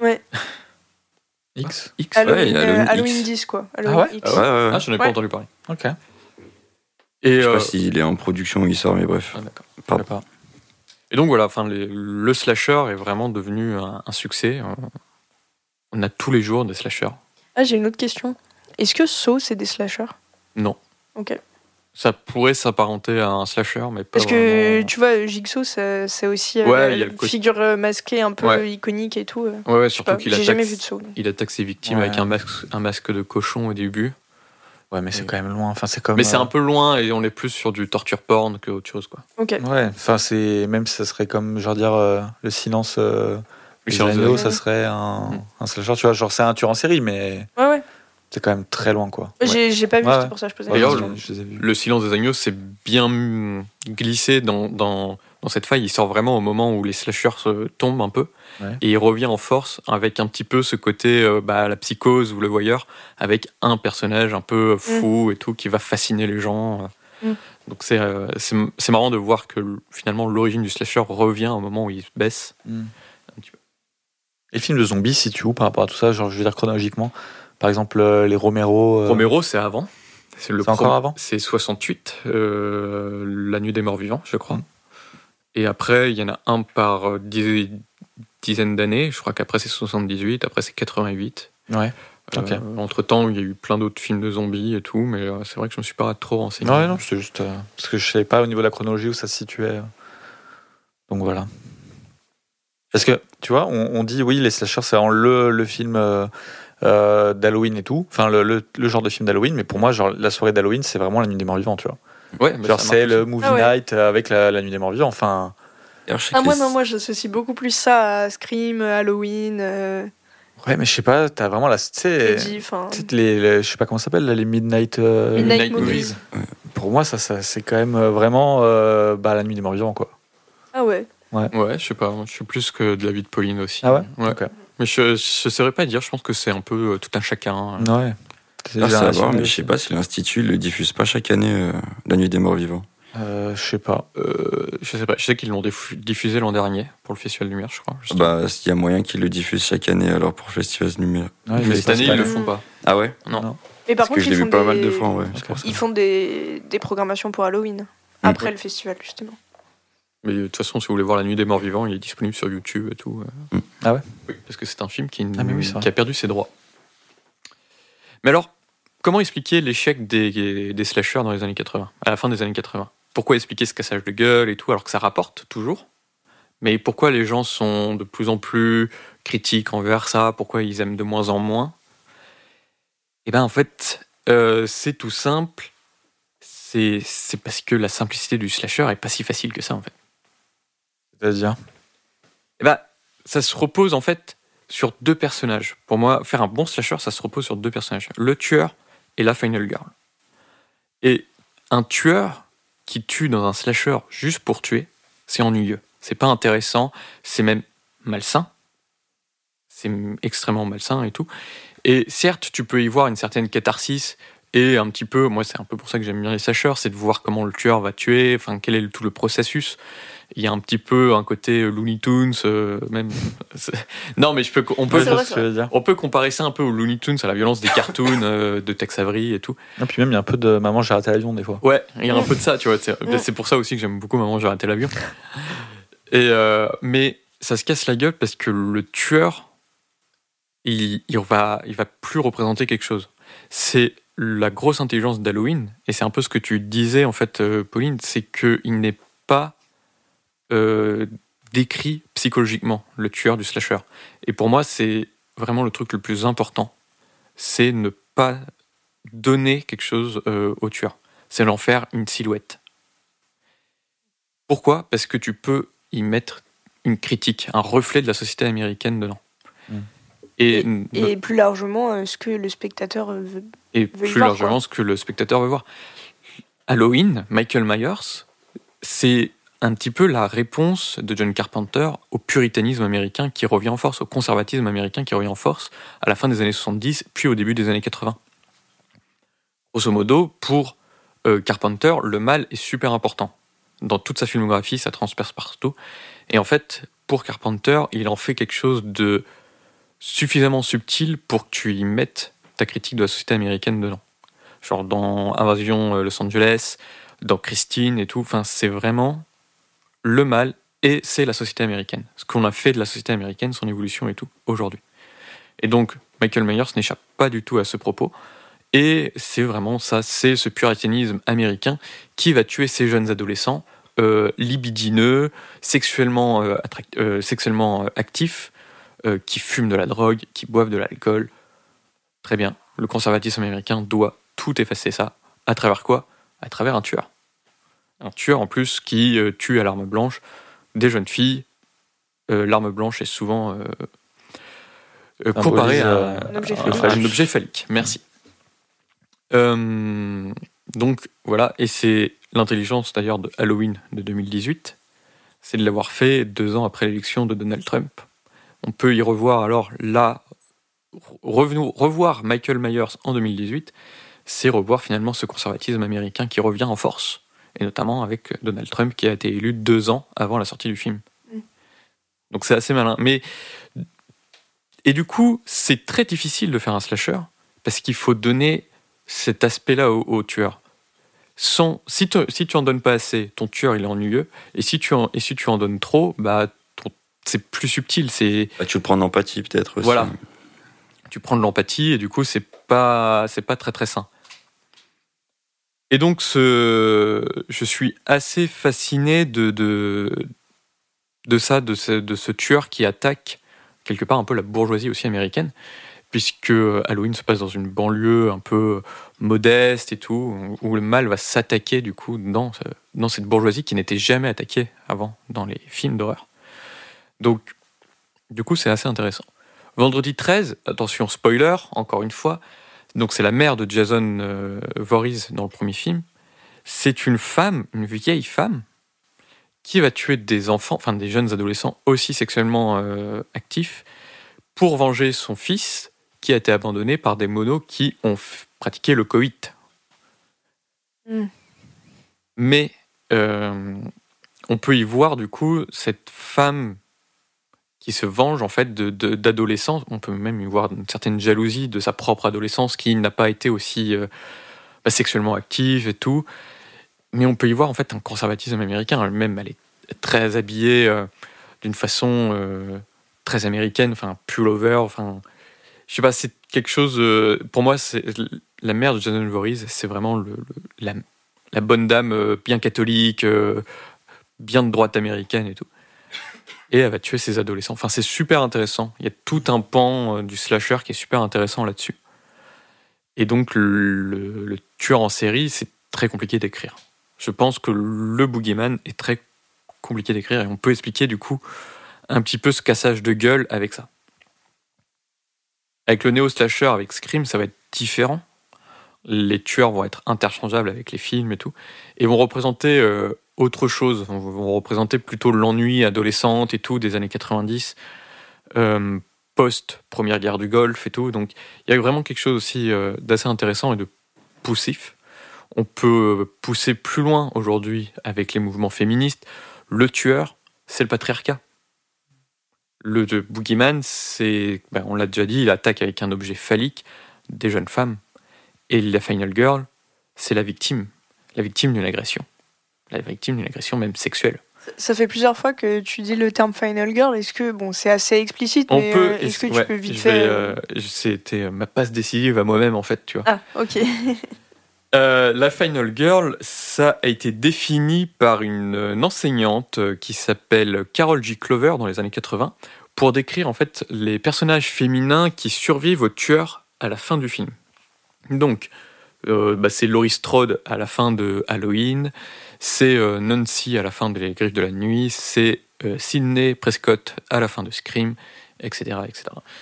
X. X. Halloween, il y a Halloween Halloween X. 10, quoi. Halloween ouais X. Ouais, ouais, ouais. Ah, j'en ai pas Ouais. entendu parler. Ok. Et, Je sais pas s'il est en production ou il sort, mais bref. ah, d'accord. Je sais pas. Et donc voilà, enfin, le slasher est vraiment devenu un succès. On a tous les jours des slashers. Ah, j'ai une autre question. Est-ce que Saw, c'est des slashers? Non. Ok. Ça pourrait s'apparenter à un slasher, mais pas Parce que vraiment. tu vois, Jigsaw, c'est aussi Ouais, il y a le une côté- figure masquée un peu Ouais. iconique et tout. Ouais, Je sais surtout pas, qu'il j'ai attaque, jamais vu de Saw. donc. il attaque ses victimes Ouais. avec un masque de cochon au début. Ouais, mais c'est quand même loin. Enfin, c'est comme. Mais c'est un peu loin et on est plus sur du torture porn que autre chose, quoi. Ok. Ouais. Enfin, c'est même si ça serait comme genre dire le silence. Le des silence des agneaux, agneaux. ça serait un slasher. Tu vois, genre c'est un tueur en série, mais Ouais, ouais. c'est quand même très loin, quoi. J'ai pas vu, Ouais, c'est ouais. pour ça que je posais la D'ailleurs, question. je les ai vus. Le silence des agneaux, c'est bien glissé dans cette faille. Il sort vraiment au moment où les slashers se tombent un peu. Ouais. Et il revient en force avec un petit peu ce côté la psychose ou le voyeur, avec un personnage un peu fou et tout qui va fasciner les gens. Mm. Donc c'est marrant de voir que finalement l'origine du slasher revient au moment où il se baisse. Hmm. Un petit peu. Et le film de zombies, si tu où par rapport à tout ça, genre je veux dire chronologiquement, par exemple les Romero. Romero, c'est avant. C'est encore avant C'est 68, La Nuit des Morts Vivants, je crois. Mm. Et après, il y en a un par dizaine d'années. Je crois qu'après, c'est 78, après, c'est 88. Ouais. Ok. Entre-temps, il y a eu plein d'autres films de zombies et tout, mais c'est vrai que je me suis pas trop renseigné. Ouais, non, c'était juste parce que je savais pas au niveau de la chronologie où ça se situait. Donc voilà. Parce que tu vois, on dit oui, les slashers c'est vraiment le film d'Halloween et tout, enfin le genre de film d'Halloween, mais pour moi, genre la soirée d'Halloween, c'est vraiment la nuit des morts vivants, tu vois. Ouais, mais Genre ça c'est marche le aussi. movie Ah ouais. night avec la nuit des morts vivants. Enfin, D'ailleurs, je sais Ah, que moi, les- non, moi, j'associe beaucoup plus ça à Scream, Halloween, ouais, mais je sais pas, t'as vraiment la, tu sais, Freddy, enfin. je sais pas comment ça s'appelle, là, les midnight. Midnight Movies. Movies. Pour moi, ça c'est quand même vraiment la nuit des morts vivants, quoi. Ah ouais. Ouais, je sais pas, je suis plus que de l'avis de Pauline aussi. Ah ouais. Ok. Mais je saurais pas dire, je pense que c'est un peu tout un chacun. Ouais. C'est Ah, c'est à voir, générationnel mais je sais pas si l'Institut le diffuse pas chaque année, La Nuit des Morts Vivants. Je sais pas. Je sais pas, je sais qu'ils l'ont diffusé l'an dernier pour le Festival Lumière, je crois. justement. Bah, il y a moyen qu'ils le diffusent chaque année alors pour Festival Lumière. Ouais, mais cette année, ils le année. font pas. Ah ouais? Non. Non. Mais par Parce que contre, je l'ai ils vu font pas des... mal de fois, ouais. c'est Ok. pour ça. Ils font des programmations pour Halloween. Après le festival, justement. Mais de toute façon, si vous voulez voir La Nuit des Morts Vivants, il est disponible sur YouTube et tout. Ah ouais. Oui, parce que c'est un film Ah, mais oui, c'est vrai. qui a perdu ses droits. Mais alors, comment expliquer l'échec des slashers dans les années 80, à la fin des années 80? Pourquoi expliquer ce cassage de gueule et tout, alors que ça rapporte toujours? Mais pourquoi les gens sont de plus en plus critiques envers ça? Pourquoi ils aiment de moins en moins? Eh bien, en fait, c'est tout simple. C'est parce que la simplicité du slasher est pas si facile que ça, en fait. C'est-à-dire. Eh ben, ça se repose en fait sur deux personnages. Pour moi, faire un bon slasher, ça se repose sur deux personnages. Le tueur et la final girl. Et un tueur qui tue dans un slasher juste pour tuer, c'est ennuyeux. C'est pas intéressant, c'est même malsain. c'est extrêmement malsain et tout. Et certes, tu peux y voir une certaine catharsis et un petit peu, moi c'est un peu pour ça que j'aime bien les slashers, c'est de voir comment le tueur va tuer, enfin quel est tout le processus. Il y a un petit peu un côté Looney Tunes, même. Non, mais on peut comparer ça un peu aux Looney Tunes, à la violence des cartoons de Tex Avery et tout. Et puis même il y a un peu de Maman j'ai raté l'avion des fois. Ouais, il y a un peu de ça, tu vois. C'est pour ça aussi que j'aime beaucoup Maman j'ai raté l'avion. Et mais ça se casse la gueule parce que le tueur, il va plus représenter quelque chose. C'est la grosse intelligence d'Halloween, et c'est un peu ce que tu disais en fait, Pauline, c'est qu'il n'est pas décrit psychologiquement, le tueur du slasher. Et pour moi, c'est vraiment le truc le plus important. C'est ne pas donner quelque chose au tueur. C'est l'en faire une silhouette. Pourquoi ? Parce que tu peux y mettre une critique, un reflet de la société américaine dedans. Et plus largement, ce que le spectateur veut plus largement, ce que le spectateur veut voir. Halloween, Michael Myers, c'est un petit peu la réponse de John Carpenter au puritanisme américain qui revient en force, au conservatisme américain qui revient en force à la fin des années 70, puis au début des années 80. Grosso modo, pour Carpenter, le mal est super important. Dans toute sa filmographie, ça transperce partout. Et en fait, pour Carpenter, il en fait quelque chose de suffisamment subtil pour que tu y mettes ta critique de la société américaine dedans. Genre dans Invasion Los Angeles, dans Christine et tout, enfin, c'est vraiment le mal et c'est la société américaine. Ce qu'on a fait de la société américaine, son évolution et tout, aujourd'hui. Et donc, Michael Myers n'échappe pas du tout à ce propos. Et c'est vraiment ça, c'est ce puritanisme américain qui va tuer ces jeunes adolescents libidineux, sexuellement actifs, qui fument de la drogue, qui boivent de l'alcool. Très bien, le conservatisme américain doit tout effacer ça. À travers quoi ? À travers un tueur. Un tueur en plus qui tue à l'arme blanche des jeunes filles. L'arme blanche est souvent comparée à un objet phallique. Merci. Donc voilà, et c'est l'intelligence d'ailleurs de Halloween de 2018, c'est de l'avoir fait 2 ans après l'élection de Donald Trump. On peut y revoir alors là, revoir Michael Myers en 2018, c'est revoir finalement ce conservatisme américain qui revient en force, et notamment avec Donald Trump qui a été élu 2 ans avant la sortie du film. Donc c'est assez malin. Et du coup, c'est très difficile de faire un slasher, parce qu'il faut donner cet aspect-là au tueur. Si tu en donnes pas assez, ton tueur il est ennuyeux, et si tu en donnes trop, bah c'est plus subtil. Tu le prends en empathie peut-être aussi. Voilà. Tu prends de l'empathie et du coup c'est pas très très sain. Et donc je suis assez fasciné de ce tueur qui attaque quelque part un peu la bourgeoisie aussi américaine, puisque Halloween se passe dans une banlieue un peu modeste et tout, où le mal va s'attaquer du coup dans cette bourgeoisie qui n'était jamais attaquée avant dans les films d'horreur. Donc, du coup, c'est assez intéressant. Vendredi 13, attention, spoiler, encore une fois, donc c'est la mère de Jason Voorhees dans le premier film. C'est une vieille femme, qui va tuer des enfants, enfin des jeunes adolescents aussi sexuellement actifs, pour venger son fils, qui a été abandonné par des monos qui ont pratiqué le coït. Mais on peut y voir du coup cette femme qui se venge en fait d'adolescents. On peut même y voir une certaine jalousie de sa propre adolescence qui n'a pas été aussi sexuellement active et tout. Mais on peut y voir en fait un conservatisme américain. Elle-même, elle est très habillée d'une façon très américaine, enfin pullover, enfin je sais pas, c'est quelque chose. Pour moi, c'est la mère de Jason Voorhees, c'est vraiment la bonne dame bien catholique, bien de droite américaine et tout. Et elle va tuer ses adolescents. Enfin, c'est super intéressant. Il y a tout un pan du slasher qui est super intéressant là-dessus. Et donc, le tueur en série, c'est très compliqué d'écrire. Je pense que le boogeyman est très compliqué d'écrire et on peut expliquer du coup un petit peu ce cassage de gueule avec ça. Avec le néo-slasher, avec Scream, ça va être différent. Les tueurs vont être interchangeables avec les films et tout, et vont représenter autre chose. Vont représenter plutôt l'ennui adolescente et tout des années 90. post-première guerre du Golfe et tout. Donc il y a vraiment quelque chose aussi d'assez intéressant et de poussif. On peut pousser plus loin aujourd'hui avec les mouvements féministes. Le tueur, c'est le patriarcat. Le boogeyman, on l'a déjà dit, il attaque avec un objet phallique des jeunes femmes. Et la final girl, c'est la victime d'une agression. La victime d'une agression même sexuelle. Ça fait plusieurs fois que tu dis le terme final girl. Est-ce que, c'est assez explicite, mais est-ce que tu peux vite faire... C'était ma passe décisive à moi-même, en fait, tu vois. Ah, ok. La final girl, ça a été défini par une enseignante qui s'appelle Carol G. Clover dans les années 80 pour décrire en fait les personnages féminins qui survivent au tueur à la fin du film. Donc, c'est Laurie Strode à la fin de Halloween, c'est Nancy à la fin des Griffes de la Nuit, c'est Sidney Prescott à la fin de Scream, etc., etc.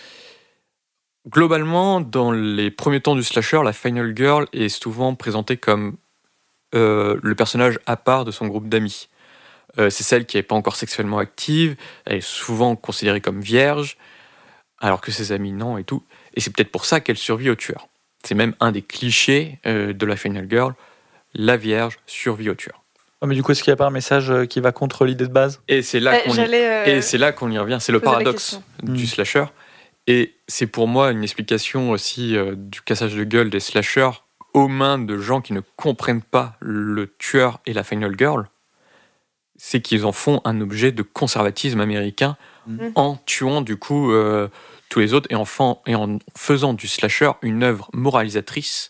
Globalement, dans les premiers temps du slasher, la final girl est souvent présentée comme le personnage à part de son groupe d'amis. C'est celle qui n'est pas encore sexuellement active, elle est souvent considérée comme vierge, alors que ses amis non et tout. Et c'est peut-être pour ça qu'elle survit au tueur. C'est même un des clichés de la final girl, la vierge survit au tueur. Oh, mais du coup, est-ce qu'il n'y a pas un message qui va contre l'idée de base ? Et c'est là qu'on y revient, c'est le paradoxe du slasher. Et c'est pour moi une explication aussi du cassage de gueule des slashers aux mains de gens qui ne comprennent pas le tueur et la final girl. C'est qu'ils en font un objet de conservatisme américain en tuant du coup tous les autres et en faisant du slasher une œuvre moralisatrice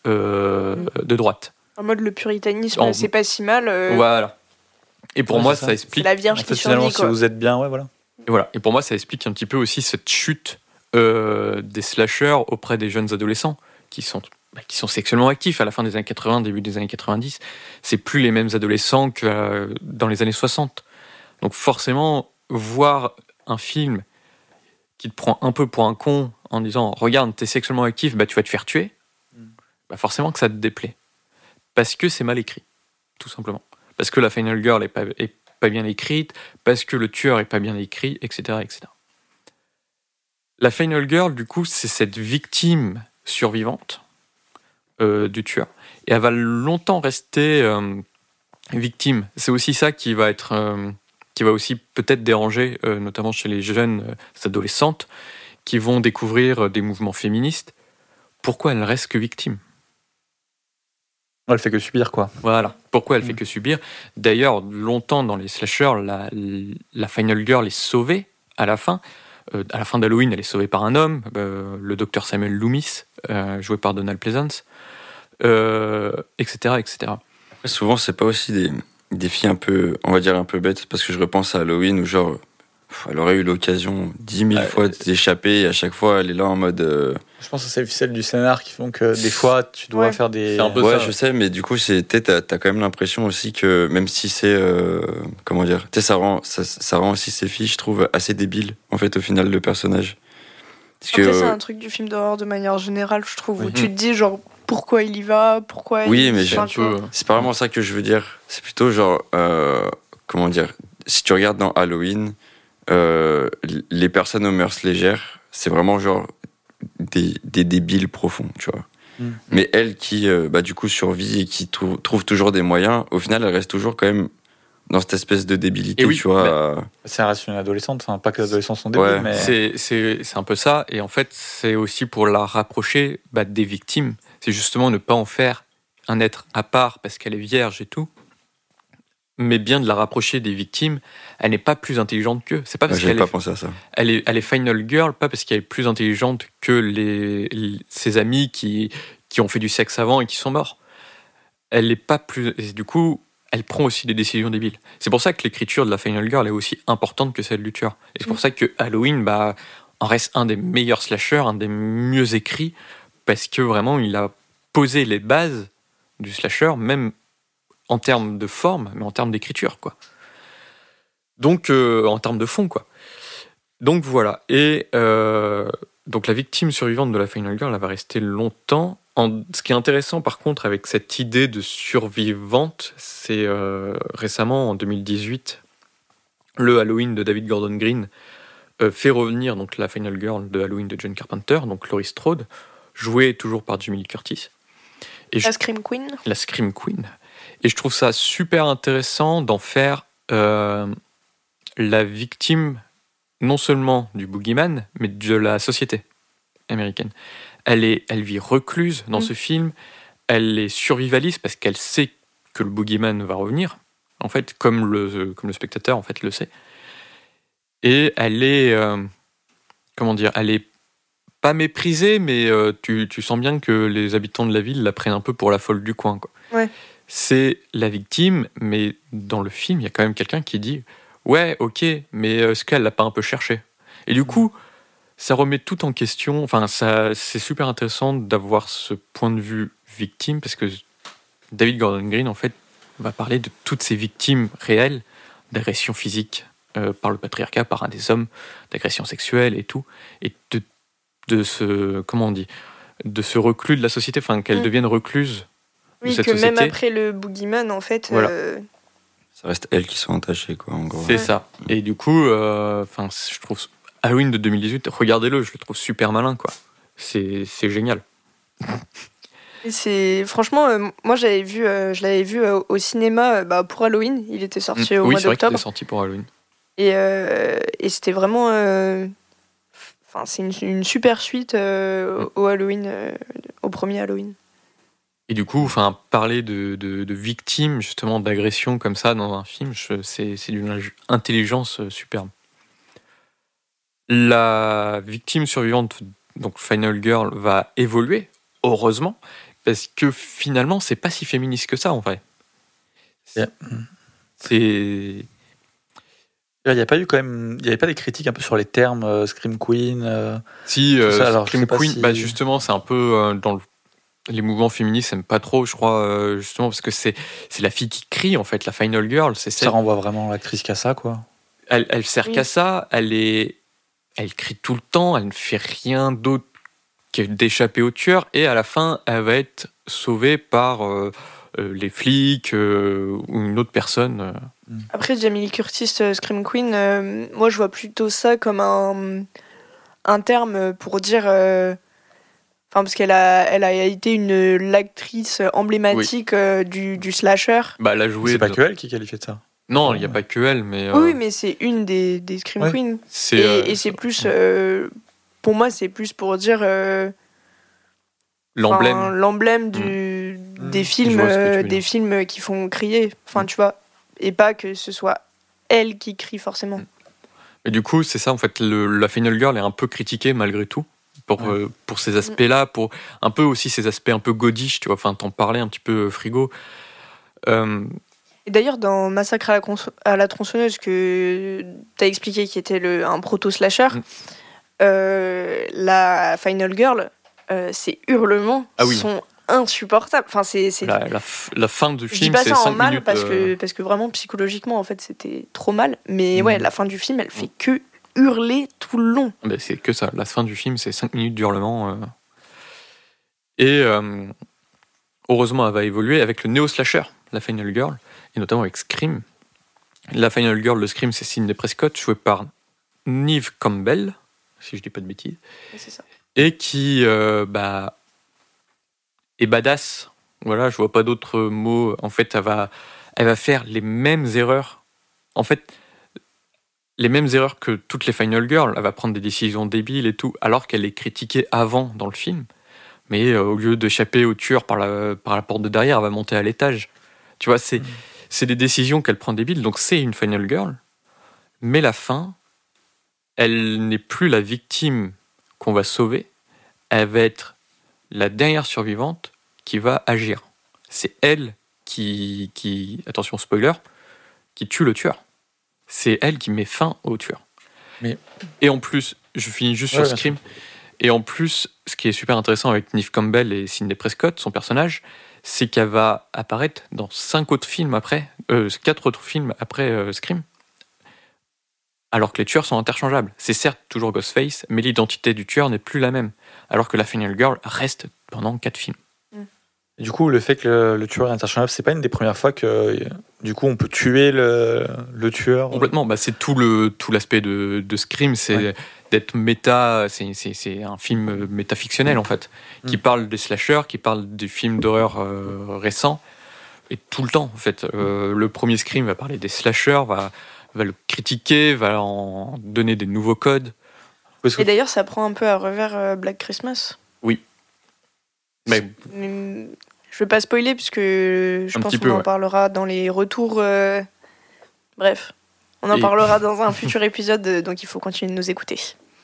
de droite. En mode le puritanisme, c'est pas si mal. Voilà. Et pour moi, ça explique... C'est la vierge qui survit, si vous êtes bien, ouais, voilà. Et voilà. Et pour moi, ça explique un petit peu aussi cette chute des slashers auprès des jeunes adolescents qui sont sexuellement actifs à la fin des années 80, début des années 90. C'est plus les mêmes adolescents que dans les années 60. Donc forcément, voir un film qui te prend un peu pour un con en disant « Regarde, t'es sexuellement actif, tu vas te faire tuer », forcément que ça te déplaît. Parce que c'est mal écrit, tout simplement. Parce que la final girl est pas bien écrite, parce que le tueur est pas bien écrit, etc., etc. La final girl, du coup, c'est cette victime survivante du tueur. Et elle va longtemps rester victime. C'est aussi ça qui va aussi peut-être déranger, notamment chez les jeunes adolescentes qui vont découvrir des mouvements féministes. Pourquoi elle reste que victime ? Elle fait que subir, quoi. Voilà. Pourquoi elle fait que subir ? D'ailleurs, longtemps dans les slashers, la final girl est sauvée à la fin. À la fin d'Halloween, elle est sauvée par un homme, le docteur Samuel Loomis, joué par Donald Pleasance, etc., etc. Souvent, c'est pas aussi des filles un peu, on va dire un peu bêtes, parce que je repense à Halloween où genre, elle aurait eu l'occasion 10 000 fois d'échapper et à chaque fois, elle est là en mode... Je pense que c'est les ficelles du scénar qui font que des fois, tu dois faire des... C'est un peu ouais, ça, je sais, mais du coup, t'as quand même l'impression aussi que même si c'est... comment dire, ça rend aussi ces filles, je trouve, assez débiles, en fait, au final, le personnage. Après, c'est un truc du film d'horreur de manière générale, je trouve, où tu te dis, genre, pourquoi il y va, pourquoi il... Oui, mais c'est pas vraiment ça que je veux dire. C'est plutôt genre... comment dire, si tu regardes dans Halloween, les personnes aux mœurs légères, c'est vraiment genre des débiles profonds, tu vois. Mais elle qui, du coup, survit et qui trouve toujours des moyens, au final, elle reste toujours quand même dans cette espèce de débilité, oui, tu vois. Ça reste une adolescente, enfin, pas que les adolescents sont débiles, mais... C'est un peu ça, et en fait, c'est aussi pour la rapprocher des victimes. C'est justement ne pas en faire un être à part parce qu'elle est vierge et tout, mais bien de la rapprocher des victimes. Elle n'est pas plus intelligente qu'eux. C'est pas parce j'avais pas pensé à ça. Elle est final girl, pas parce qu'elle est plus intelligente que ses amis qui ont fait du sexe avant et qui sont morts. Elle n'est pas plus... Et du coup, elle prend aussi des décisions débiles. C'est pour ça que l'écriture de la final girl est aussi importante que celle du tueur. Et c'est pour ça que Halloween en reste un des meilleurs slashers, un des mieux écrits, parce que vraiment, il a posé les bases du slasher, même en termes de forme, mais en termes d'écriture, quoi. Donc, en termes de fond, quoi. Donc, voilà. Et donc, la victime survivante de la final girl, elle va rester longtemps. Ce qui est intéressant, par contre, avec cette idée de survivante, c'est récemment, en 2018, le Halloween de David Gordon Green fait revenir donc la Final Girl de Halloween de John Carpenter, donc Laurie Strode, jouée toujours par Jamie Lee Curtis. Et La Scream Queen. La Scream Queen. Et je trouve ça super intéressant d'en faire la victime non seulement du boogeyman, mais de la société américaine. Elle vit recluse dans ce film, elle est survivaliste parce qu'elle sait que le boogeyman va revenir, en fait, comme le spectateur en fait le sait. Et elle est, elle est pas méprisée, mais tu sens bien que les habitants de la ville la prennent un peu pour la folle du coin, quoi. Ouais. C'est la victime, mais dans le film, il y a quand même quelqu'un qui dit « Ouais, ok, mais est-ce qu'elle l'a pas un peu cherché ?» Et du coup, ça remet tout en question. Enfin, c'est super intéressant d'avoir ce point de vue victime, parce que David Gordon Green, en fait, va parler de toutes ces victimes réelles d'agressions physiques par le patriarcat, par un des hommes, d'agressions sexuelles et tout, et de ce, comment on dit, de ce reclus de la société, enfin, qu'elles deviennent recluses. Oui, que société. Même après le boogeyman, en fait... Voilà. Ça reste elles qui sont entachées, quoi, en gros. C'est ça. Et du coup, je trouve Halloween de 2018, regardez-le, je le trouve super malin, quoi. C'est génial. C'est franchement, moi je l'avais vu au cinéma pour Halloween. Il était sorti au mois Oui, c'est vrai qu'il d'octobre. est sorti pour Halloween. Et c'était vraiment, c'est une super suite au Halloween, au premier Halloween. Et du coup, parler de victimes, justement, d'agressions comme ça dans un film, c'est d'une intelligence superbe. La victime survivante, donc Final Girl, va évoluer, heureusement, parce que finalement, c'est pas si féministe que ça, en vrai. Yeah. C'est... Il n'y avait pas des critiques un peu sur les termes Scream Queen Si, ça, Scream Queen, justement, c'est un peu dans les mouvements féministes n'aiment pas trop, je crois, justement, parce que c'est la fille qui crie, en fait, la Final Girl. Ça renvoie vraiment l'actrice qu'à ça, quoi. Elle sert qu'à ça, elle crie tout le temps, elle ne fait rien d'autre que d'échapper au tueur, et à la fin, elle va être sauvée par les flics ou une autre personne. Après, Jamie Lee Curtis, Scream Queen, moi je vois plutôt ça comme un terme pour dire... parce qu'elle a été l'actrice emblématique du slasher. Elle a joué. C'est pas que elle qui qualifie de ça. Non, il n'y a pas que elle, mais. Oui, mais c'est une des Scream Queens. Et c'est plus. Pour moi, c'est plus pour dire. L'emblème des films qui font crier. Tu vois. Et pas que ce soit elle qui crie forcément. Et du coup, c'est ça, en fait, la Final Girl est un peu critiquée malgré tout. Pour ces aspects-là, pour un peu aussi ces aspects un peu godish, tu vois, t'en parlais un petit peu frigo. Et d'ailleurs, dans Massacre à la tronçonneuse, que t'as expliqué qui était un proto-slasher, la Final Girl, ses hurlements sont insupportables. La fin du film, c'est 5 minutes. Je dis pas ça en mal minutes, parce que vraiment, psychologiquement, en fait, c'était trop mal. Mais la fin du film, elle fait que hurler tout le long. C'est que ça. La fin du film, c'est 5 minutes d'hurlement. Et heureusement, elle va évoluer avec le néo-slasher, la Final Girl, et notamment avec Scream. La Final Girl de Scream, c'est Sidney Prescott, jouée par Neve Campbell, si je dis pas de bêtises. C'est ça. Et qui est badass. Voilà, je vois pas d'autres mots. En fait, elle va faire les mêmes erreurs. En fait, les mêmes erreurs que toutes les Final Girls. Elle va prendre des décisions débiles et tout, alors qu'elle est critiquée avant dans le film. Mais au lieu d'échapper au tueur par la porte de derrière, elle va monter à l'étage. Tu vois, c'est des décisions qu'elle prend débiles. Donc c'est une Final Girl. Mais la fin, elle n'est plus la victime qu'on va sauver. Elle va être la dernière survivante qui va agir. C'est elle qui attention spoiler, qui tue le tueur. C'est elle qui met fin au tueur. Et en plus, je finis juste sur Scream. Et en plus, ce qui est super intéressant avec Neve Campbell et Sidney Prescott, son personnage, c'est qu'elle va apparaître dans 4 autres films après Scream. Alors que les tueurs sont interchangeables. C'est certes toujours Ghostface, mais l'identité du tueur n'est plus la même. Alors que la Final Girl reste pendant 4 films. Et du coup, le fait que le tueur est interchangeable, c'est pas une des premières fois que du coup on peut tuer le tueur. Complètement. C'est tout l'aspect de Scream, c'est d'être méta. C'est un film métafictionnel en fait, qui parle des slashers, qui parle des films d'horreur récents, et tout le temps en fait. Le premier Scream va parler des slashers, va le critiquer, va en donner des nouveaux codes. Et d'ailleurs, ça prend un peu à revers Black Christmas. Oui. Mais je veux pas spoiler puisque je pense qu'on en parlera dans les retours. Bref, on en parlera dans un futur épisode, donc il faut continuer de nous écouter.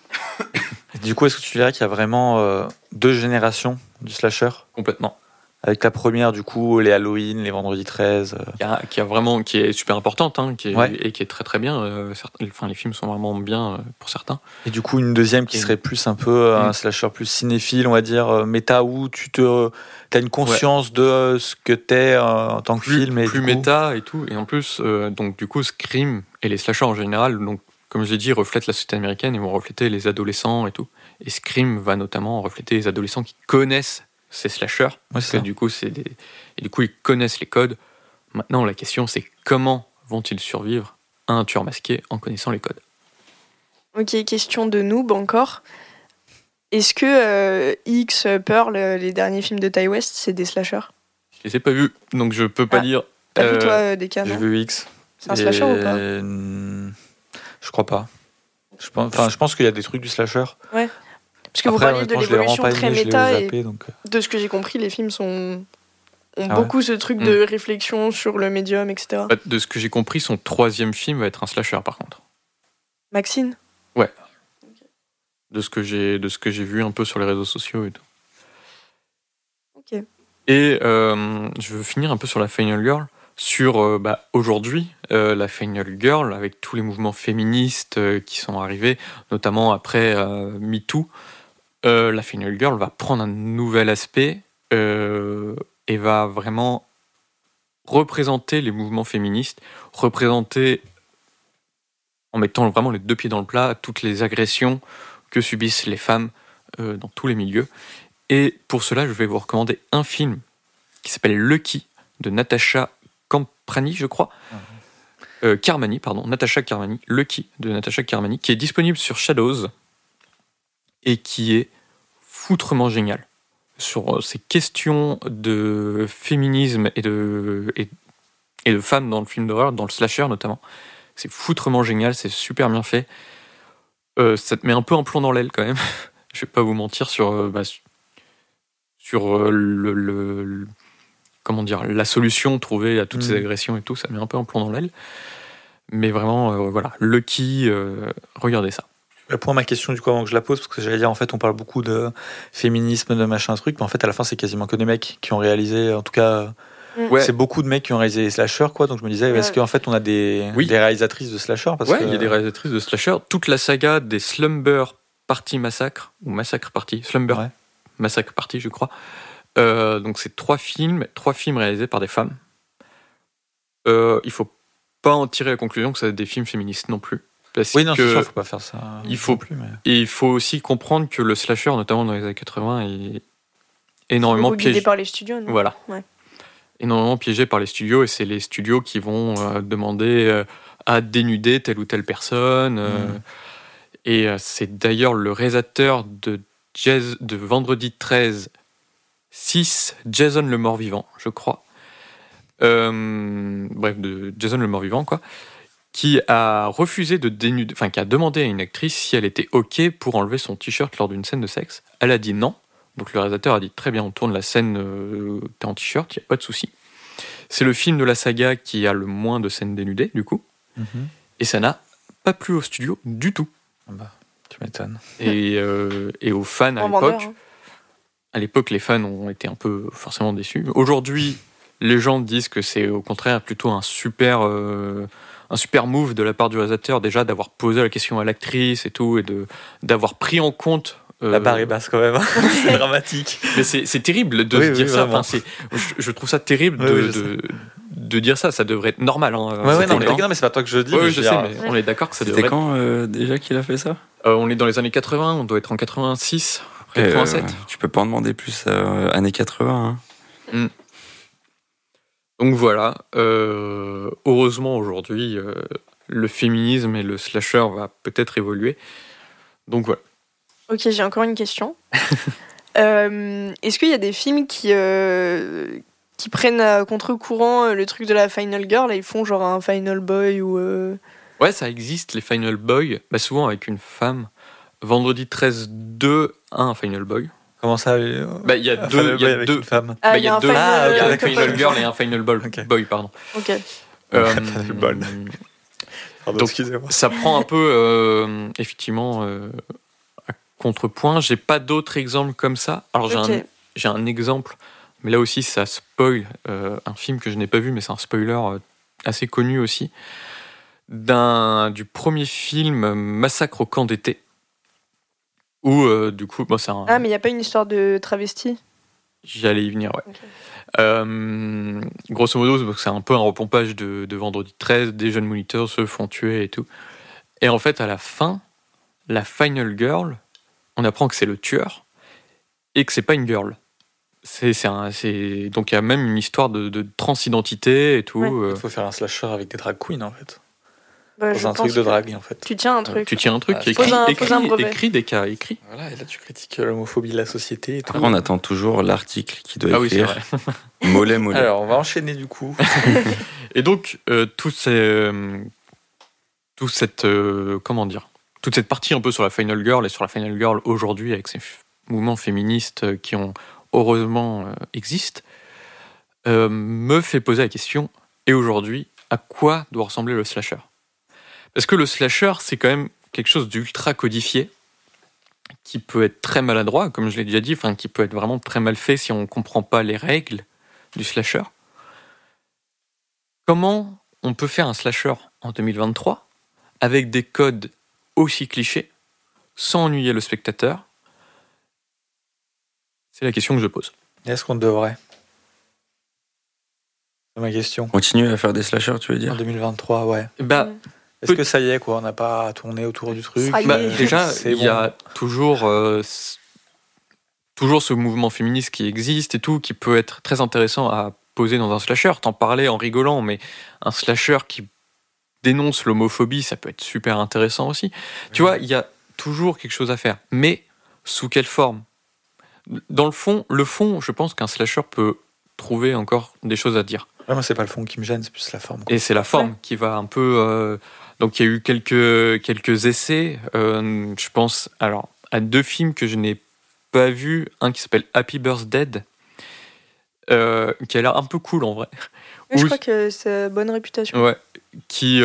Du coup, est-ce que tu dirais qu'il y a vraiment 2 générations du slasher ? Complètement. Avec la première, du coup, les Halloween, les Vendredi 13. Qui est super importante, et qui est très très bien. Les films sont vraiment bien pour certains. Et du coup, une deuxième qui serait plus un peu un slasher plus cinéphile, on va dire, méta, où tu as une conscience de ce que t'es en tant que film. Et plus méta et tout. Et en plus, donc du coup, Scream et les slashers en général, donc, comme je l'ai dit, reflètent la société américaine et vont refléter les adolescents et tout. Et Scream va notamment refléter les adolescents qui connaissent ces slashers, parce que du coup, et du coup, ils connaissent les codes. Maintenant, la question, c'est comment vont-ils survivre à un tueur masqué en connaissant les codes ? Ok, question de noob encore. Est-ce que X, Pearl, les derniers films de Ty West, c'est des slashers ? Je les ai pas vus, donc je peux pas dire. T'as vu toi des cas ? J'ai vu X. C'est un slasher ou pas ? Je crois pas. Je pense qu'il y a des trucs du slasher. Ouais. Parce que vous parliez de l'évolution très méta, zappé, et donc... de ce que j'ai compris, les films ont beaucoup ce truc de réflexion sur le médium, etc. De ce que j'ai compris, son 3e film va être un slasher, par contre. Maxine ? Ouais. Okay. De ce que j'ai vu un peu sur les réseaux sociaux et tout. Ok. Et je veux finir un peu sur la Final Girl. Sur aujourd'hui, la Final Girl, avec tous les mouvements féministes qui sont arrivés, notamment après MeToo, la Final Girl va prendre un nouvel aspect et va vraiment représenter les mouvements féministes, représenter, en mettant vraiment les 2 pieds dans le plat, toutes les agressions que subissent les femmes dans tous les milieux. Et pour cela, je vais vous recommander un film qui s'appelle Lucky, de Natasha Camprani, je crois. Carmani, pardon. Natasha Carmani. Lucky, de Natasha Carmani, qui est disponible sur Shadows et qui est foutrement génial. Sur ces questions de féminisme et de femmes dans le film d'horreur, dans le slasher notamment. C'est foutrement génial, c'est super bien fait. Ça te met un peu un plomb dans l'aile quand même. Je vais pas vous mentir sur comment dire, la solution trouvée à toutes ces agressions et tout, ça met un peu un plomb dans l'aile. Mais vraiment, voilà, Lucky, regardez ça. Pour ma question, du coup, avant que je la pose, parce que j'allais dire, en fait, on parle beaucoup de féminisme, de machin truc, mais en fait, à la fin, c'est quasiment que des mecs qui ont réalisé, en tout cas, c'est beaucoup de mecs qui ont réalisé les slashers, quoi. Donc je me disais, est-ce qu'en fait, on a des réalisatrices de slashers ? Il y a des réalisatrices de slashers. Toute la saga des Slumber Party Massacre, ou Massacre Party, Slumber Massacre Party, je crois. Donc c'est 3 films réalisés par des femmes. Il faut pas en tirer la conclusion que c'est des films féministes non plus. Parce c'est sûr, il faut pas faire ça. Et il faut aussi comprendre que le slasher, notamment dans les années 80, est énormément piégé par les studios. Non ? Voilà. Ouais. Énormément piégé par les studios, et c'est les studios qui vont demander à dénuder telle ou telle personne. Et c'est d'ailleurs le réalisateur de Vendredi 13, 6, Jason le mort-vivant, je crois. De Jason le mort-vivant, quoi. Qui a refusé de dénuder, enfin qui a demandé à une actrice si elle était ok pour enlever son t-shirt lors d'une scène de sexe. Elle a dit non. Donc le réalisateur a dit très bien, on tourne la scène, t'es en t-shirt, y a pas de souci. C'est le film de la saga qui a le moins de scènes dénudées, du coup. Et ça n'a pas plu au studio du tout. Tu m'étonnes. Et aux fans à l'époque, à l'époque, les fans ont été un peu forcément déçus. Aujourd'hui, les gens disent que c'est au contraire plutôt un super move de la part du réalisateur, déjà d'avoir posé la question à l'actrice et tout, et d'avoir pris en compte. La barre est basse quand même, c'est dramatique. Mais c'est terrible de se dire ça. Enfin, je trouve ça terrible de dire ça. Ça devrait être normal. Non, mais c'est pas toi que je dis. Je sais, mais on est d'accord que ça devrait. C'était quand déjà qu'il a fait ça ? On est dans les années 80, on doit être en 86, 87. Tu peux pas en demander plus années 80. Donc voilà, heureusement aujourd'hui, le féminisme et le slasher va peut-être évoluer. Donc voilà. Ok, j'ai encore une question. Est-ce qu'il y a des films qui prennent à contre-courant le truc de la Final Girl et ils font genre un Final Boy ou Ouais, ça existe, les Final Boy, souvent avec une femme. Vendredi 13-2, un Final Boy. Comment ça Il y a deux, avec une femme. Ah, il y a un deux, Final- il y a un d'accord. Final Girl et un Final Boy, Ok. boy, pardon. Ok. Final Boy. Pardon, Donc, excusez-moi. ça prend un peu, effectivement, à contrepoint. J'ai pas d'autres exemples comme ça. Alors, j'ai un exemple, mais là aussi, ça spoil un film que je n'ai pas vu, mais c'est un spoiler assez connu aussi, du premier film Massacre au camp d'été, où, du coup, c'est un... Ah, mais il n'y a pas une histoire de travesti? J'allais y venir, ouais. Ok. Grosso modo, c'est un peu un repompage de Vendredi 13, des jeunes moniteurs se font tuer et tout. Et en fait, à la fin, la Final Girl, on apprend que c'est le tueur et que c'est pas une girl. Donc il y a même une histoire de transidentité et tout. Ouais. Il faut faire un slasher avec des drag queens en fait. Bah, Dans je un truc pense de que drague en fait. Tu tiens un truc. Tu tiens un truc, Ah, écris pose un brevet. des cas, écris. Voilà, et là tu critiques l'homophobie de la société et tout. Après, on attend toujours l'article qui doit Ah oui, c'est écrire vrai. mollet, mollet. Alors, on va enchaîner du coup. Et donc, toute cette partie un peu sur la Final Girl et sur la Final Girl aujourd'hui avec ces mouvements féministes qui ont heureusement existent, me fait poser la question, et aujourd'hui, à quoi doit ressembler le slasher ? Parce que le slasher, c'est quand même quelque chose d'ultra codifié, qui peut être très maladroit, comme je l'ai déjà dit, qui peut être vraiment très mal fait si on ne comprend pas les règles du slasher. Comment on peut faire un slasher en 2023 avec des codes aussi clichés, sans ennuyer le spectateur ? C'est la question que je pose. Est-ce qu'on devrait ? C'est ma question. Continuer à faire des slashers, tu veux En dire? 2023, ouais. Est-ce Peut- que ça y est, quoi, on n'a pas tourné autour du truc? Ça y est. Déjà, C'est il y a toujours ce mouvement féministe qui existe et tout, qui peut être très intéressant à poser dans un slasher. T'en parlais en rigolant, mais un slasher qui dénonce l'homophobie, ça peut être super intéressant aussi. Tu vois, il y a toujours quelque chose à faire. Mais sous quelle forme ? Dans le fond, je pense qu'un slasher peut trouver encore des choses à dire. Ouais, moi, c'est pas le fond qui me gêne, c'est plus la forme, quoi. Et c'est la forme qui va un peu... Donc il y a eu quelques essais. Je pense alors à deux films que je n'ai pas vus. Un qui s'appelle Happy Birthday, qui a l'air un peu cool en vrai. Mais je Où- crois que c'est bonne réputation. Ouais. Qui...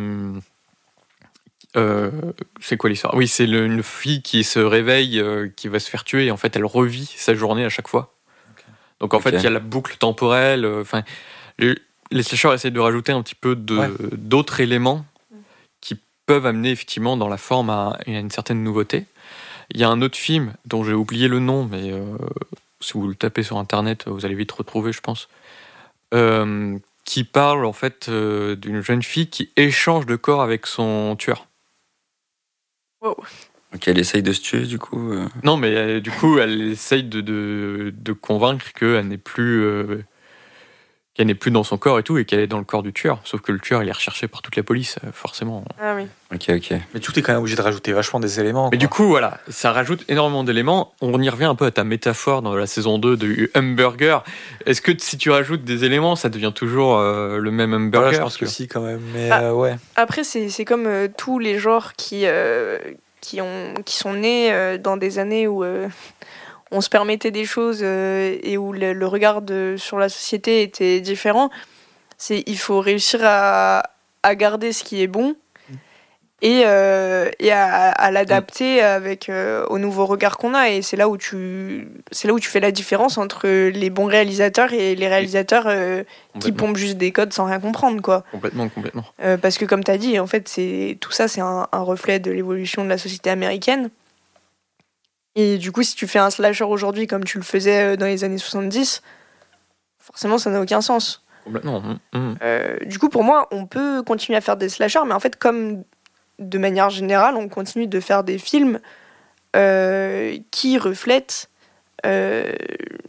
c'est quoi l'histoire ? Oui, c'est une fille qui se réveille, qui va se faire tuer, et en fait elle revit sa journée à chaque fois. Ok. Donc en fait Ok. il y a la boucle temporelle. Les slashers essayent de rajouter un petit peu d'autres éléments qui peuvent amener effectivement dans la forme à une certaine nouveauté. Il y a un autre film dont j'ai oublié le nom, mais si vous le tapez sur internet, vous allez vite retrouver, je pense, qui parle en fait d'une jeune fille qui échange de corps avec son tueur. Wow. Ok, elle essaye de se tuer, du coup. Non, mais du coup, elle essaye de convaincre qu'elle n'est plus dans son corps et tout, et qu'elle est dans le corps du tueur. Sauf que le tueur, il est recherché par toute la police, forcément. Ah oui. Ok. Mais tout est quand même obligé de rajouter vachement des éléments, Mais quoi. du coup, voilà, ça rajoute énormément d'éléments. On y revient un peu à ta métaphore dans la saison 2 de hamburger. Est-ce que si tu rajoutes des éléments, ça devient toujours le même hamburger ? Voilà, je pense que si, quand même. Mais Ah. ouais. Après, c'est comme tous les genres qui sont nés dans des années où on se permettait des choses et où le regard sur la société était différent. Il faut réussir à garder ce qui est bon et à l'adapter au nouveau regard qu'on a. Et c'est là où tu fais la différence entre les bons réalisateurs et les réalisateurs qui pompent juste des codes sans rien comprendre, quoi. Complètement. Parce que comme tu as dit, en fait, tout ça, c'est un reflet de l'évolution de la société américaine. Et du coup, si tu fais un slasher aujourd'hui comme tu le faisais dans les années 70, forcément, ça n'a aucun sens. Complètement. Du coup, pour moi, on peut continuer à faire des slashers, mais en fait, comme de manière générale, on continue de faire des films qui reflètent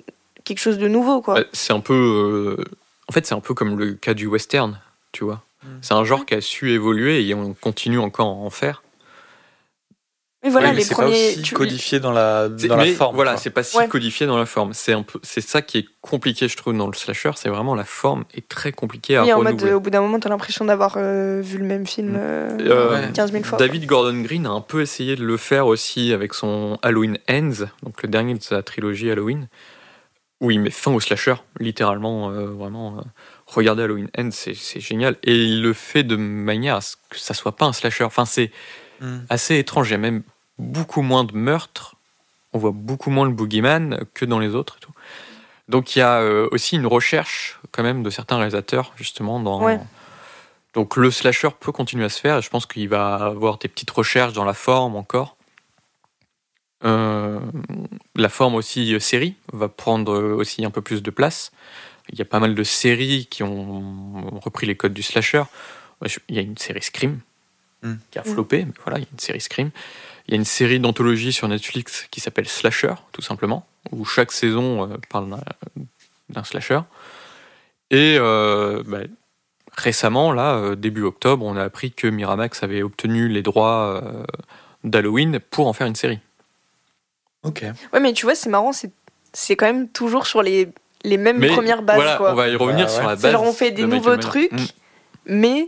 quelque chose de nouveau, quoi. C'est un peu... En fait, c'est un peu comme le cas du western, tu vois. C'est un genre qui a su évoluer et on continue encore à en faire. Mais voilà, Oui, mais les c'est premiers... pas aussi codifié dans la forme. Voilà, quoi. c'est pas si Ouais. codifié dans la forme. C'est ça qui est compliqué, je trouve, dans le slasher. C'est vraiment la forme est très compliquée à Oui, en mode, renouveler. au bout d'un moment, t'as l'impression d'avoir vu le même film Ouais. 15 000 fois. David Gordon Green a un peu essayé de le faire aussi avec son Halloween Ends, donc le dernier de sa trilogie Halloween, où il met fin au slasher, littéralement, vraiment. Regardez Halloween Ends, c'est génial. Et il le fait de manière à ce que ça soit pas un slasher. Enfin, c'est assez étrange. Il y a même beaucoup moins de meurtres. On voit beaucoup moins le boogeyman que dans les autres. Et tout. Donc il y a aussi une recherche quand même de certains réalisateurs justement dans. Ouais. Donc le slasher peut continuer à se faire. Et je pense qu'il va avoir des petites recherches dans la forme encore. La forme aussi série va prendre aussi un peu plus de place. Il y a pas mal de séries qui ont repris les codes du slasher. Il y a une série Scream qui a floppé, mais voilà, il y a une série Scream. Il y a une série d'anthologie sur Netflix qui s'appelle Slasher, tout simplement, où chaque saison parle d'un slasher. Et récemment, là, début octobre, on a appris que Miramax avait obtenu les droits d'Halloween pour en faire une série. Ok. Ouais, mais tu vois, c'est marrant, c'est quand même toujours sur les mêmes Mais premières bases, voilà, quoi. on va y revenir Bah, sur ouais. la base. C'est genre, on fait des de nouveaux Michael Myers. trucs, mais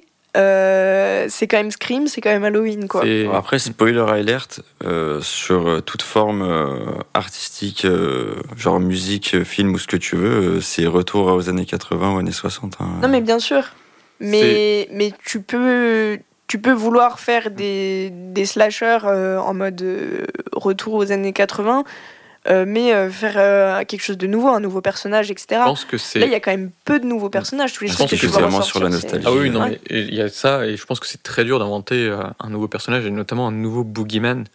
c'est quand même Scream, c'est quand même Halloween, quoi. C'est- Alors après, spoiler alert, sur toute forme artistique, genre musique, film ou ce que tu veux, c'est retour aux années 80 ou années 60. Hein. Non, mais bien sûr. Mais tu peux vouloir faire des slashers en mode retour aux années 80, mais faire quelque chose de nouveau, un nouveau personnage, etc. Je pense que c'est. Là, il y a quand même peu de nouveaux personnages. Tous les Je trucs pense que que tu c'est vois vraiment ressortir, sur la c'est- nostalgie. Ah oui, non, Ouais. mais il y a ça, et je pense que c'est très dur d'inventer un nouveau personnage, et notamment un nouveau boogeyman.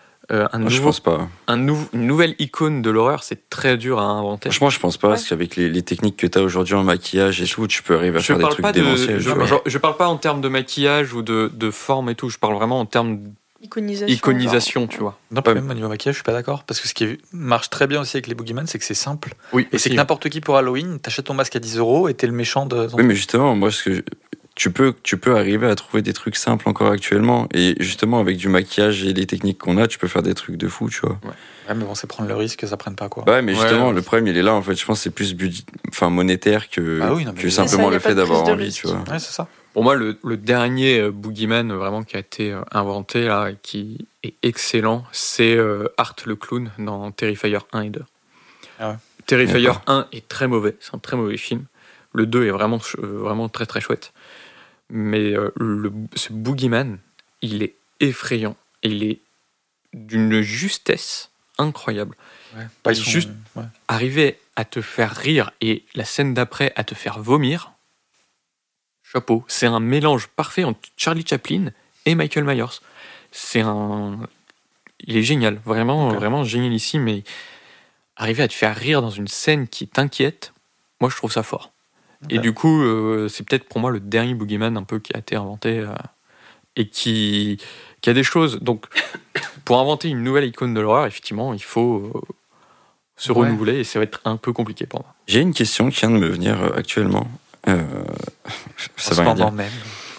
Je pense pas. Une nouvelle icône de l'horreur, c'est très dur à inventer. Franchement, je pense pas, Ouais. parce qu'avec les techniques que tu as aujourd'hui en maquillage et tout, tu peux arriver à Je faire des parle trucs pas démentiels. tu vois. je parle pas en termes de maquillage ou de forme et tout, je parle vraiment en termes d'iconisation, tu vois. Non, même au niveau maquillage, je suis pas d'accord. Parce que ce qui marche très bien aussi avec les boogeyman, c'est que c'est simple. Oui, Et c'est que n'importe qui pour Halloween, t'achètes ton masque à 10 € et t'es le méchant de. Oui, mais justement, moi, tu peux arriver à trouver des trucs simples encore actuellement. Et justement, avec du maquillage et les techniques qu'on a, tu peux faire des trucs de fou, tu vois. Ouais, mais bon, c'est prendre le risque que ça prenne pas, quoi. Ouais, mais justement, Ouais. le problème, il est là, en fait. Je pense que c'est plus monétaire que, Ah oui, non, mais que ça, simplement y a le pas fait de d'avoir prise de envie, risque. tu vois. Ouais, c'est ça. Pour moi, le dernier boogeyman vraiment qui a été inventé là, et qui est excellent, c'est Art le clown dans Terrifier 1 et 2. Ah ouais. Terrifier D'accord. 1 est très mauvais, c'est un très mauvais film. Le 2 est vraiment, vraiment très très chouette. Mais ce boogeyman, il est effrayant. Et il est d'une justesse incroyable. Ouais. Pas ils sont- ouais. Arriver à te faire rire et la scène d'après à te faire vomir, chapeau. C'est un mélange parfait entre Charlie Chaplin et Michael Myers. Il est génial, vraiment, Ok. vraiment génialissime. Mais arriver à te faire rire dans une scène qui t'inquiète, moi je trouve ça fort. Et Ok. du coup, c'est peut-être pour moi le dernier boogeyman un peu qui a été inventé et qui a des choses. Donc, pour inventer une nouvelle icône de l'horreur, effectivement, il faut se Ouais. renouveler et ça va être un peu compliqué pour moi. J'ai une question qui vient de me venir actuellement. Ça En va ce rien moment dire. même.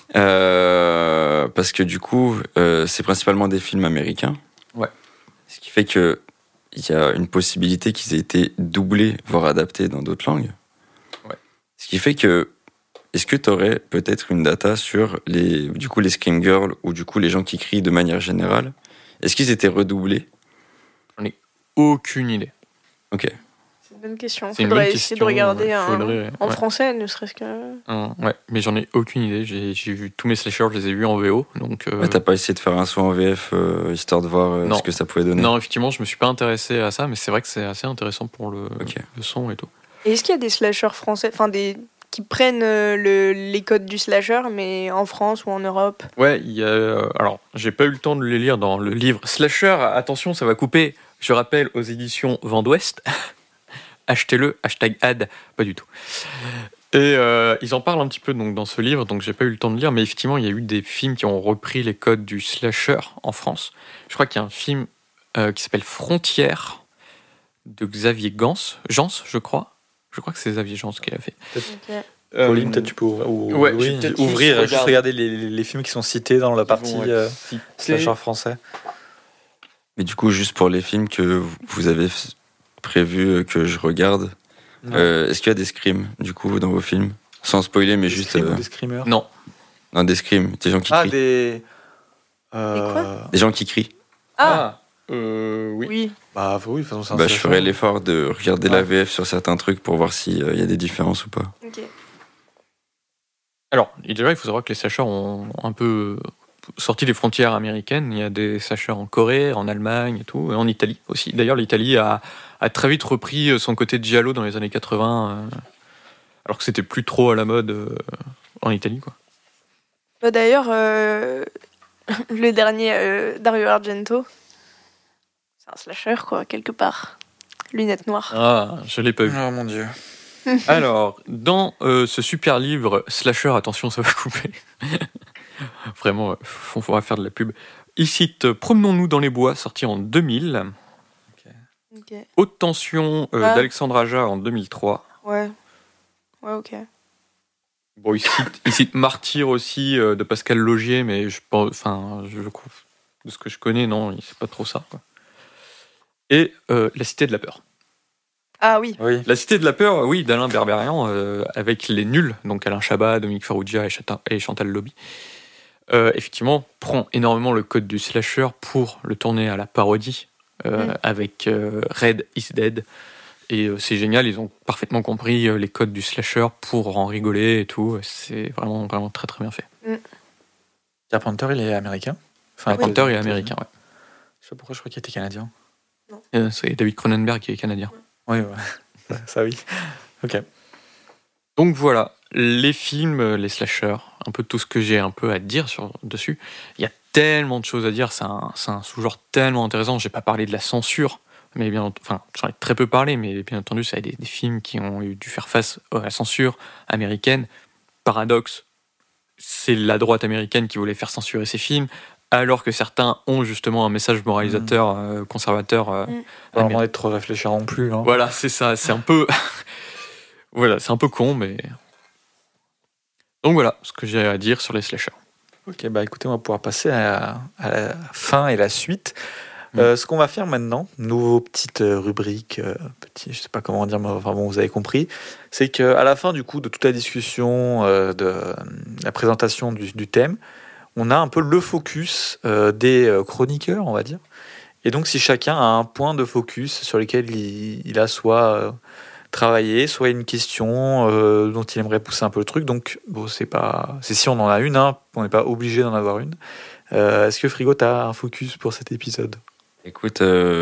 Parce que du coup, c'est principalement des films américains. Ouais. Ce qui fait que il y a une possibilité qu'ils aient été doublés, voire adaptés dans d'autres langues. Ouais. Ce qui fait que, est-ce que tu aurais peut-être une data sur les Scream Girls ou du coup les gens qui crient de manière générale? Est-ce qu'ils étaient redoublés? Aucune idée. Ok. C'est une bonne question. C'est une Faudrait bonne essayer de question, regarder faudrait, en ouais. français, ne serait-ce que. Ouais, mais j'en ai aucune idée. J'ai vu tous mes slashers, je les ai vus en VO. Donc, Ouais, t'as pas essayé de faire un saut en VF histoire de voir Non. ce que ça pouvait donner? non, effectivement, je me suis pas intéressé à ça, mais c'est vrai que c'est assez intéressant pour le son et tout. Et est-ce qu'il y a des slashers français, enfin qui prennent les codes du slasher, mais en France ou en Europe? Ouais, il y a. Alors, j'ai pas eu le temps de les lire dans le livre Slasher. Attention, ça va couper. Je rappelle aux éditions Vent d'Ouest. Achetez-le, #ad, pas du tout. Et ils en parlent un petit peu donc, dans ce livre, donc j'ai pas eu le temps de lire, mais effectivement, il y a eu des films qui ont repris les codes du slasher en France. Je crois qu'il y a un film qui s'appelle Frontières de Xavier Gans, je crois. Je crois que c'est Xavier Gans qui l'a fait. Ok. Pauline, peut-être tu peux ouvrir, ouais, je vais peut-être juste regarder les films qui sont cités dans la partie slasher français. Mais du coup, juste pour les films que vous avez prévu que je regarde, est-ce qu'il y a des screams, du coup, dans vos films? Sans spoiler, mais juste... Des screamers? Non. Non, des screams, des gens qui crient. Des quoi? Des gens qui crient. Oui. Oui. Bah oui, de toute façon, Je ferai l'effort de regarder la VF sur certains trucs pour voir s'il y a des différences ou pas. Ok. Alors, déjà, il faut savoir que les slashers ont un peu sorti des frontières américaines. Il y a des slashers en Corée, en Allemagne et tout, et en Italie aussi. D'ailleurs, l'Italie a très vite repris son côté giallo dans les années 80, alors que c'était plus trop à la mode en Italie, quoi. D'ailleurs, le dernier Dario Argento, c'est un slasher, quoi, quelque part. Lunettes noires. Ah, je l'ai pas vu. Oh mon Dieu. Alors, dans ce super livre Slasher, attention, ça va couper. Vraiment, on pourra faire de la pub. Il cite Promenons-nous dans les bois, sorti en 2000. Ok. Haute tension d'Alexandre Aja en 2003. Ouais, ok. Bon, il cite Martyr aussi de Pascal Laugier, mais je crois, de ce que je connais, non, c'est pas trop ça, quoi. Et La Cité de la Peur. Ah oui. La Cité de la Peur, oui, d'Alain Berberian, avec les nuls, donc Alain Chabat, Dominique Farrugia et Chantal Lobby. Effectivement, prend énormément le code du slasher pour le tourner à la parodie, avec Red is Dead. Et c'est génial, ils ont parfaitement compris les codes du slasher pour en rigoler et tout. C'est vraiment, vraiment très très bien fait. Carpenter, il est américain. Carpenter est américain, ouais. Je sais pas pourquoi je crois qu'il était canadien. Non. C'est David Cronenberg qui est canadien. Oui, ça oui. Ok. Donc voilà, les films, les slashers, un peu tout ce que j'ai un peu à dire dessus. Il y a tellement de choses à dire, c'est un sous-genre tellement intéressant. J'ai pas parlé de la censure, mais j'en ai très peu parlé, mais bien entendu, ça a des films qui ont dû faire face à la censure américaine. Paradoxe, c'est la droite américaine qui voulait faire censurer ces films, alors que certains ont justement un message moralisateur conservateur. Pas vraiment être trop réfléchir non plus. Hein. Voilà, c'est ça, c'est un peu... voilà, c'est un peu con, mais... Donc voilà, ce que j'ai à dire sur les slashers. Ok, bah écoutez, on va pouvoir passer à la fin et la suite. Ce qu'on va faire maintenant, nouveau petite rubrique, je sais pas comment dire, mais enfin bon, vous avez compris, c'est qu'à la fin du coup de toute la discussion, de la présentation du thème, on a un peu le focus des chroniqueurs, on va dire. Et donc si chacun a un point de focus sur lequel il a soit travaillé, soit une question dont il aimerait pousser un peu le truc, donc bon, c'est si on en a une, hein, on n'est pas obligé d'en avoir une. Est-ce que Frigo, t'as un focus pour cet épisode ? Écoute,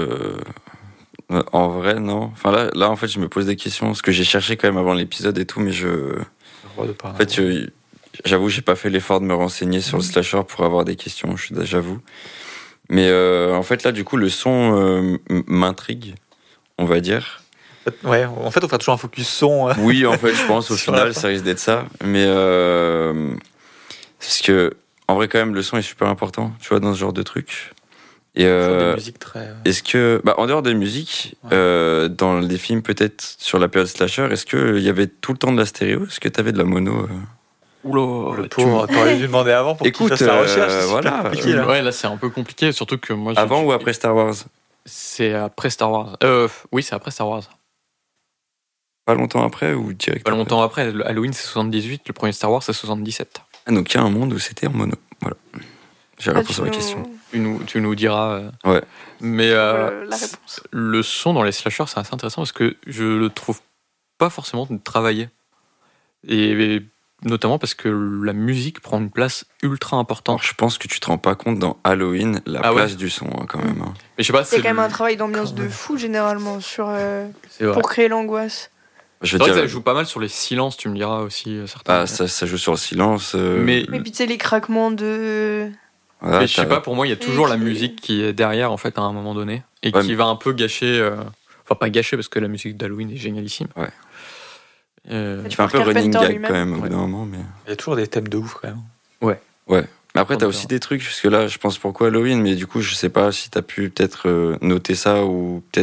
en vrai, non. Enfin là, en fait, je me pose des questions, parce que j'ai cherché quand même avant l'épisode et tout, mais en fait, j'avoue, j'ai pas fait l'effort de me renseigner sur le slasher pour avoir des questions, j'avoue. Mais en fait, là, du coup, le son m'intrigue, on va dire. Ouais, en fait, on fera toujours un focus son. Oui, en fait, je pense, au final, ça risque d'être ça. Mais parce que, en vrai, quand même, le son est super important, tu vois, dans ce genre de truc. Et des musiques très... est-ce que, en dehors des musiques, dans les films peut-être sur la période slasher, est-ce qu'il y avait tout le temps de la stéréo? Est-ce que tu avais de la mono Oula, le pauvre, t'aurais dû demander avant pour qu'il fasse la recherche. Voilà. Compliqué, là. Ouais, là c'est un peu compliqué, surtout que moi. Avant ou après Star Wars? C'est après Star Wars. Oui, c'est après Star Wars. Pas longtemps après ou direct? Pas longtemps après. Halloween c'est 78, le premier Star Wars c'est 77. Ah, donc il y a un monde où c'était en mono. Voilà. J'ai la réponse à ma question. Tu nous diras. Ouais. La Mais réponse. le son dans les slashers, c'est assez intéressant parce que je le trouve pas forcément travaillé. Et notamment parce que la musique prend une place ultra importante. Alors, je pense que tu te rends pas compte dans Halloween la place du son, quand même. Hein. Mais je sais pas, c'est quand même un travail d'ambiance de fou généralement pour créer l'angoisse. C'est vrai que ça joue pas mal sur les silences, tu me diras aussi certains. Ah, ça joue sur le silence. Mais puis tu sais, les craquements de. Voilà, mais je sais pas, pour moi, il y a toujours la musique qui est derrière, en fait, à un moment donné, et qui va un peu gâcher. Enfin, pas gâcher, parce que la musique d'Halloween est génialissime. Ouais. Tu fais un peu running gag quand même, au bout d'un moment. Mais... Il y a toujours des thèmes de ouf, quand même. Ouais. Mais après, t'as aussi des trucs, parce que là, je pense pourquoi Halloween, mais du coup, je sais pas si t'as pu peut-être noter ça, ou peut-être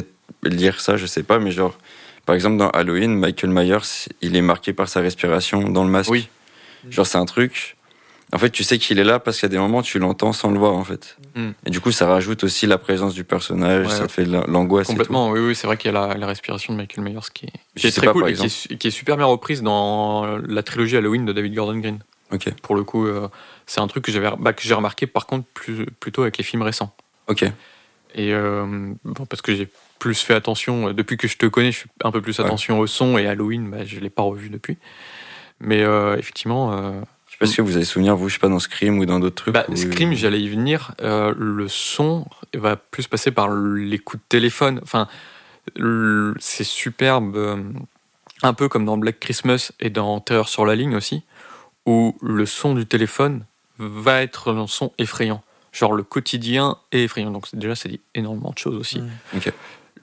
lire ça, je sais pas, mais genre, par exemple, dans Halloween, Michael Myers, il est marqué par sa respiration dans le masque. Oui. Genre, c'est un truc. En fait, tu sais qu'il est là parce qu'à des moments, tu l'entends sans le voir, en fait. Et du coup, ça rajoute aussi la présence du personnage, ça te fait de l'angoisse. Complètement, oui, c'est vrai qu'il y a la respiration de Michael Myers qui Je est sais très pas, cool par et qui est super bien reprise dans la trilogie Halloween de David Gordon Green. Ok. Pour le coup, c'est un truc que j'ai remarqué par contre plutôt avec les films récents. Ok. Et parce que j'ai plus fait attention, depuis que je te connais, je fais un peu plus attention au son, et Halloween, je l'ai pas revu depuis. Mais effectivement... je sais pas si vous avez souvenir, vous, je sais pas, dans Scream ou dans d'autres trucs. Scream, j'allais y venir. Le son va plus passer par les coups de téléphone. Enfin, c'est superbe, un peu comme dans Black Christmas et dans Terreur sur la ligne aussi, où le son du téléphone va être un son effrayant. Genre le quotidien est effrayant. Donc déjà, ça dit énormément de choses aussi. Ok.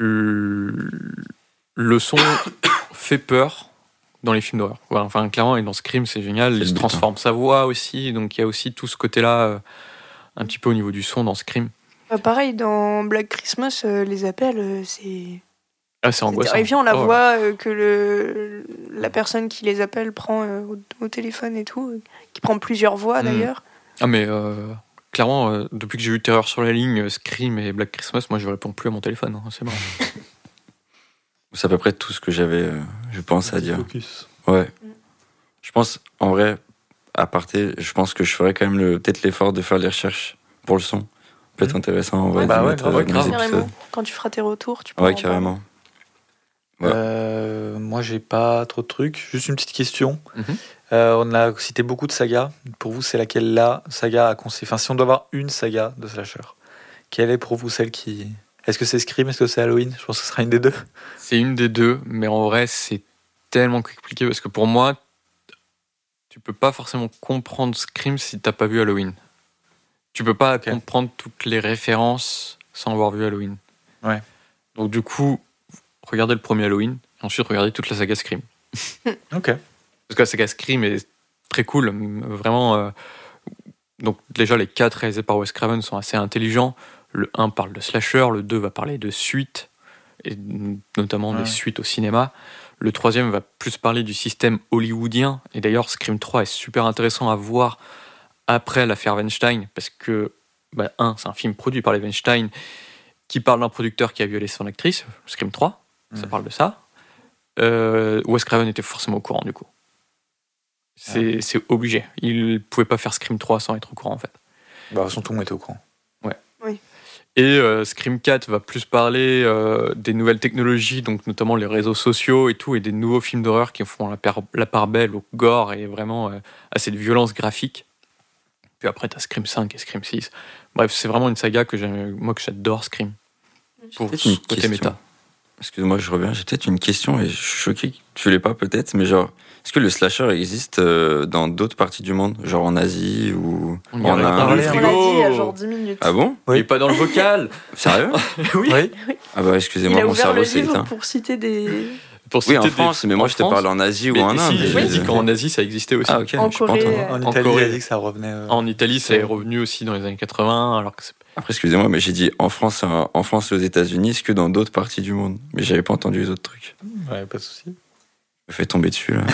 Le son fait peur dans les films d'horreur. Voilà, enfin, clairement, et dans Scream, c'est génial. Il se transforme sa voix aussi. Donc il y a aussi tout ce côté-là, un petit peu au niveau du son dans Scream. Pareil, dans Black Christmas, les appels, c'est... Ah, c'est angoissant. terrifiant, la voix que la personne qui les appelle prend au téléphone et tout, qui prend plusieurs voix d'ailleurs. Ah mais clairement, depuis que j'ai eu Terreur sur la ligne, Scream et Black Christmas, moi je réponds plus à mon téléphone, c'est marrant. C'est à peu près tout ce que j'avais, je pense, à dire. Focus. Ouais. Je pense, en vrai, à parté, je pense que je ferais quand même peut-être l'effort de faire les recherches pour le son. Peut-être intéressant en vrai. Bah grave. Carrément. Quand tu feras tes retours, tu pourras. Ouais, carrément. Moi, j'ai pas trop de trucs. Juste une petite question. On a cité beaucoup de sagas. Pour vous, c'est laquelle la saga à conseiller? Enfin, si on doit avoir une saga de slasher, quelle est pour vous celle qui... Est-ce que c'est Scream? Est-ce que c'est Halloween? Je pense que ce sera une des deux. C'est une des deux, mais en vrai, c'est tellement compliqué parce que pour moi, tu peux pas forcément comprendre Scream si t'as pas vu Halloween. Tu peux pas comprendre toutes les références sans avoir vu Halloween. Ouais. Donc du coup, regardez le premier Halloween, et ensuite regardez toute la saga Scream. Ok. Parce que la saga Scream est très cool, vraiment. Donc déjà, les 4 réalisés par Wes Craven sont assez intelligents. Le 1 parle de slasher, le 2 va parler de suites, et notamment des suites au cinéma. Le 3e va plus parler du système hollywoodien. Et d'ailleurs, Scream 3 est super intéressant à voir après l'affaire Weinstein, parce que, c'est un film produit par les Weinstein, qui parle d'un producteur qui a violé son actrice, Scream 3, ça parle de ça. Wes Craven était forcément au courant, du coup. C'est obligé. Il pouvait pas faire Scream 3 sans être au courant, en fait. De toute façon, tout le monde était au courant. Ouais. Oui. Et Scream 4 va plus parler des nouvelles technologies, donc notamment les réseaux sociaux et tout, et des nouveaux films d'horreur qui font la part belle au gore et vraiment à cette violence graphique. Puis après, t'as Scream 5 et Scream 6. Bref, c'est vraiment une saga que j'adore, Scream. Pour ce côté méta. Excuse-moi, je reviens. J'ai peut-être une question et je suis choqué que tu l'aies pas peut-être, mais genre, est-ce que le slasher existe dans d'autres parties du monde, genre en Asie ou On en a Inde? parlé, On l'a dit il y a genre 10 minutes. Ah bon? Il est pas dans le vocal. Sérieux? Oui. Ah bah Il excusez-moi, a mon ouvert cerveau le s'est livre éteint. pour citer des... Pour Oui, citer en France, mais moi je te parle en Asie ou en Inde. Si, j'ai dit qu'en Asie, ça existait aussi. Ah ok, En je suis pas Corée, entendu. En Italie, Corée. il a dit que ça revenait. En Italie, ça est revenu aussi dans les années 80, alors que c'est... Après, excusez-moi, mais j'ai dit en France et aux États-Unis, est-ce que dans d'autres parties du monde? Mais j'avais pas entendu les autres trucs. Ouais, pas de souci. Je me fais tomber dessus là.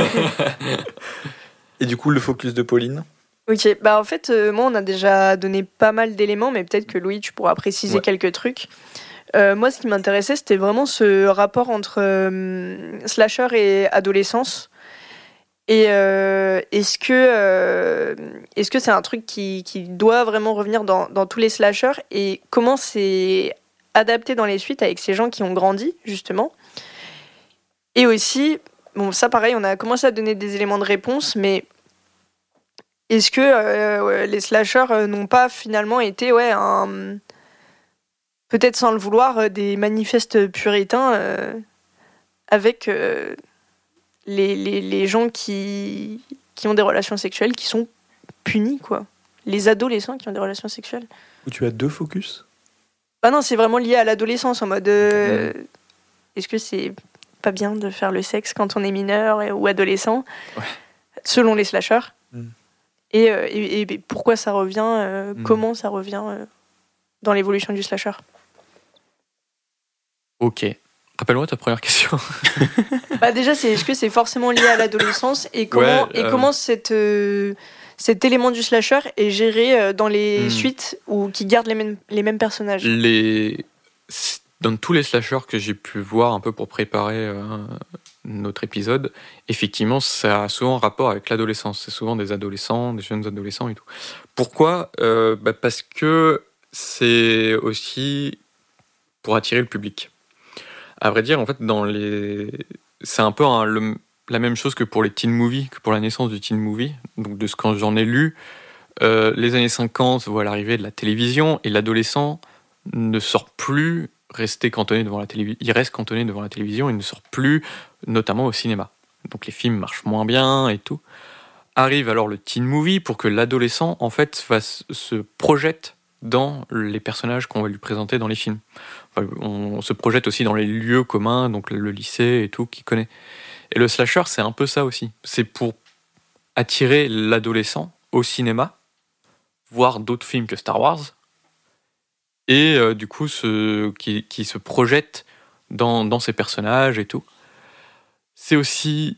Et du coup, le focus de Pauline. Ok, en fait, moi on a déjà donné pas mal d'éléments, mais peut-être que Louis, tu pourras préciser quelques trucs. Moi, ce qui m'intéressait, c'était vraiment ce rapport entre slasher et adolescence. Et est-ce que c'est un truc qui doit vraiment revenir dans tous les slashers, et comment c'est adapté dans les suites avec ces gens qui ont grandi, justement. Et aussi, bon, ça pareil, on a commencé à donner des éléments de réponse, mais est-ce que les slashers n'ont pas finalement été peut-être sans le vouloir, des manifestes puritains avec les gens qui ont des relations sexuelles qui sont punis, quoi. Les adolescents qui ont des relations sexuelles. Où tu as 2 focus? Non, c'est vraiment lié à l'adolescence, en mode... Est-ce que c'est pas bien de faire le sexe quand on est mineur ou adolescent, selon les slashers? Et pourquoi ça revient, comment ça revient dans l'évolution du slasher? Ok. Rappelle-moi ta première question. Bah déjà, est-ce que c'est forcément lié à l'adolescence et comment cet élément du slasher est géré dans les suites ou qui gardent les mêmes personnages? Dans tous les slashers que j'ai pu voir un peu pour préparer notre épisode, effectivement, ça a souvent un rapport avec l'adolescence. C'est souvent des adolescents, des jeunes adolescents et tout. Pourquoi ? Parce que c'est aussi pour attirer le public. À vrai dire, en fait, c'est un peu la même chose que pour les teen movies, que pour la naissance du teen movie. Donc, de ce que j'en ai lu, les années 50 voient l'arrivée de la télévision et l'adolescent ne sort plus rester cantonné devant la télévision. Il reste cantonné devant la télévision, il ne sort plus, notamment au cinéma. Donc les films marchent moins bien et tout. Arrive alors le teen movie pour que l'adolescent, en fait, se projette dans les personnages qu'on va lui présenter dans les films. Enfin, on se projette aussi dans les lieux communs, donc le lycée et tout, qu'il connaît. Et le slasher, c'est un peu ça aussi. C'est pour attirer l'adolescent au cinéma, voir d'autres films que Star Wars, et du coup qui se projette dans ces personnages et tout. C'est aussi,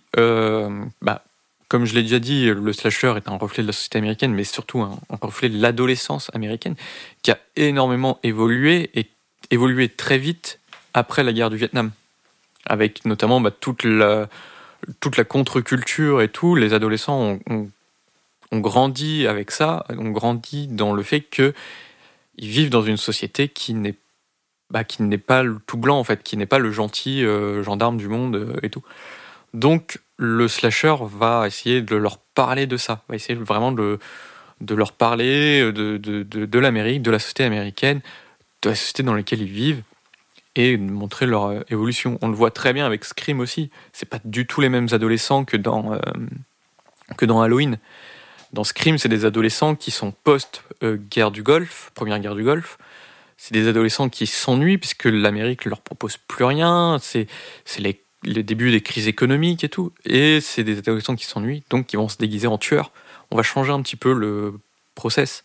comme je l'ai déjà dit, le slasher est un reflet de la société américaine, mais surtout un reflet de l'adolescence américaine, qui a énormément évolué, et évolué très vite après la guerre du Vietnam, avec notamment toute la contre-culture et tout. Les adolescents ont grandi avec ça, ont grandi dans le fait que ils vivent dans une société qui n'est pas le tout blanc, en fait, qui n'est pas le gentil gendarme du monde et tout. Donc le slasher va essayer de leur parler de ça, va essayer vraiment de leur parler de l'Amérique, de la société américaine, de la société dans laquelle ils vivent, et de montrer leur évolution. On le voit très bien avec Scream aussi. C'est pas du tout les mêmes adolescents que dans Halloween. Dans Scream, c'est des adolescents qui sont post-guerre du Golfe, première guerre du Golfe. C'est des adolescents qui s'ennuient puisque l'Amérique leur propose plus rien. C'est les débuts des crises économiques et tout. Et c'est des adolescents qui s'ennuient, donc qui vont se déguiser en tueurs. On va changer un petit peu le process.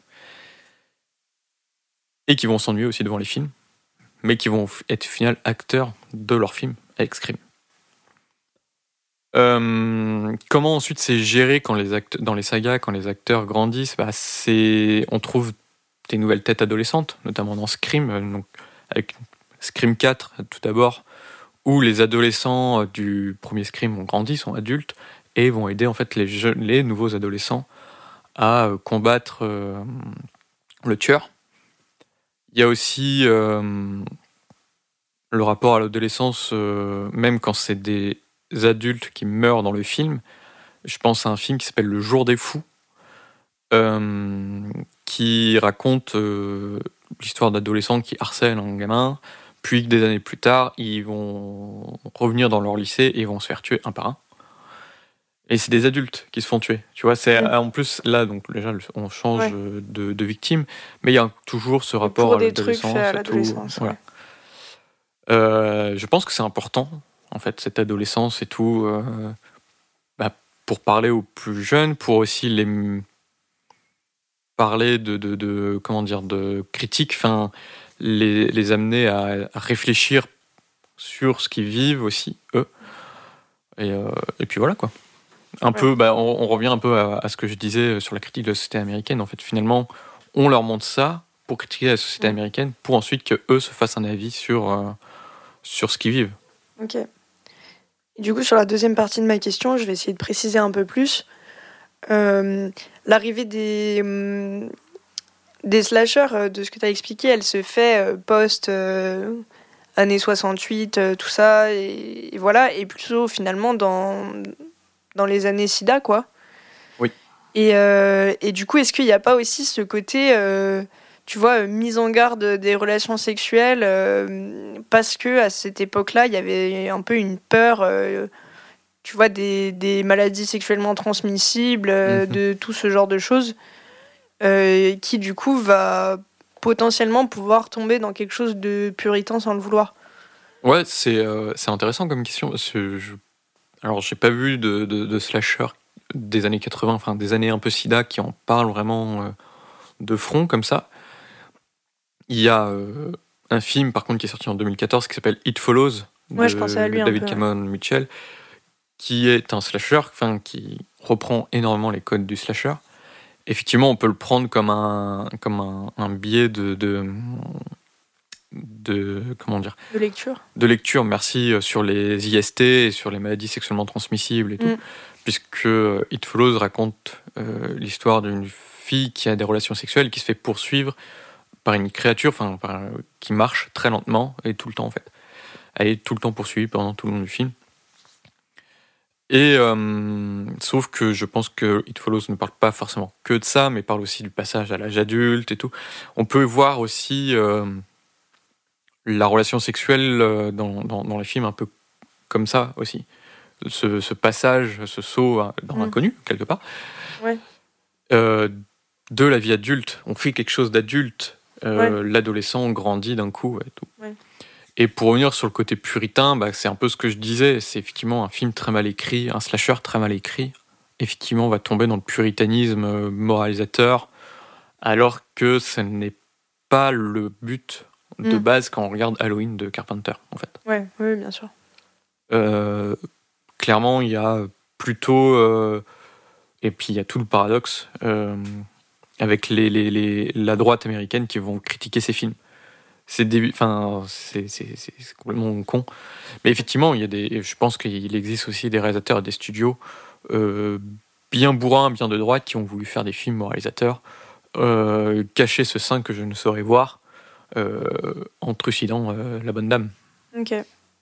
Et qui vont s'ennuyer aussi devant les films, mais qui vont être au final acteurs de leurs films avec Scream. Comment ensuite c'est géré dans les sagas, quand les acteurs grandissent, on trouve des nouvelles têtes adolescentes, notamment dans Scream, donc avec Scream 4 tout d'abord, où les adolescents du premier Scream ont grandi, sont adultes, et vont aider en fait les nouveaux adolescents à combattre le tueur. Il y a aussi le rapport à l'adolescence, même quand c'est des adultes qui meurent dans le film. Je pense à un film qui s'appelle Le Jour des Fous, qui raconte l'histoire d'adolescents qui harcèlent un gamin, puis des années plus tard, ils vont revenir dans leur lycée et ils vont se faire tuer un par un. Et c'est des adultes qui se font tuer. Tu vois, c'est en plus là, donc déjà on change de victime, mais il y a toujours ce rapport à l'adolescence. Voilà. Je pense que c'est important, en fait, cette adolescence et tout, pour parler aux plus jeunes, pour aussi les parler de critique, enfin les amener à réfléchir sur ce qu'ils vivent aussi eux. Et puis voilà quoi. Un peu, on revient un peu à ce que je disais sur la critique de la société américaine. En fait, finalement, on leur montre ça pour critiquer la société américaine, pour ensuite que eux se fassent un avis sur ce qu'ils vivent. Ok. Et du coup, sur la deuxième partie de ma question, je vais essayer de préciser un peu plus. L'arrivée des slashers, de ce que tu as expliqué, elle se fait post années 68, tout ça, et voilà, et plutôt finalement dans les années SIDA, quoi. Oui. Et du coup, est-ce qu'il n'y a pas aussi ce côté, tu vois, mise en garde des relations sexuelles, parce que à cette époque-là, il y avait un peu une peur, tu vois, des maladies sexuellement transmissibles, de tout ce genre de choses, qui du coup va potentiellement pouvoir tomber dans quelque chose de puritain sans le vouloir. Ouais, c'est intéressant comme question. Alors, j'ai pas vu de slasher des années 80, enfin des années un peu sida, qui en parlent vraiment de front comme ça. Il y a un film par contre qui est sorti en 2014 qui s'appelle It Follows je pensais à lui de un David peu, Cameron Mitchell, qui est un slasher, qui reprend énormément les codes du slasher. Effectivement, on peut le prendre comme un biais de comment dire, de lecture, merci, sur les IST et sur les maladies sexuellement transmissibles et tout, puisque It Follows raconte l'histoire d'une fille qui a des relations sexuelles et qui se fait poursuivre par une créature, qui marche très lentement et tout le temps en fait. Elle est tout le temps poursuivie pendant tout le long du film. Et sauf que je pense que It Follows ne parle pas forcément que de ça, mais parle aussi du passage à l'âge adulte et tout. On peut voir aussi la relation sexuelle dans les films un peu comme ça aussi. Ce passage, ce saut dans l'inconnu, quelque part. Ouais. De la vie adulte. On fait quelque chose d'adulte. L'adolescent grandit d'un coup et tout. Ouais. Et pour revenir sur le côté puritain, c'est un peu ce que je disais, c'est effectivement un film très mal écrit, un slasher très mal écrit. Effectivement, on va tomber dans le puritanisme moralisateur, alors que ce n'est pas le but de base quand on regarde Halloween de Carpenter, en fait. Oui, bien sûr. Clairement, il y a plutôt... et puis il y a tout le paradoxe avec la droite américaine qui vont critiquer ces films. C'est complètement con. Mais effectivement, je pense qu'il existe aussi des réalisateurs et des studios bien bourrins, bien de droite, qui ont voulu faire des films moralisateurs, cacher ce sein que je ne saurais voir, en trucidant la bonne dame. Ok.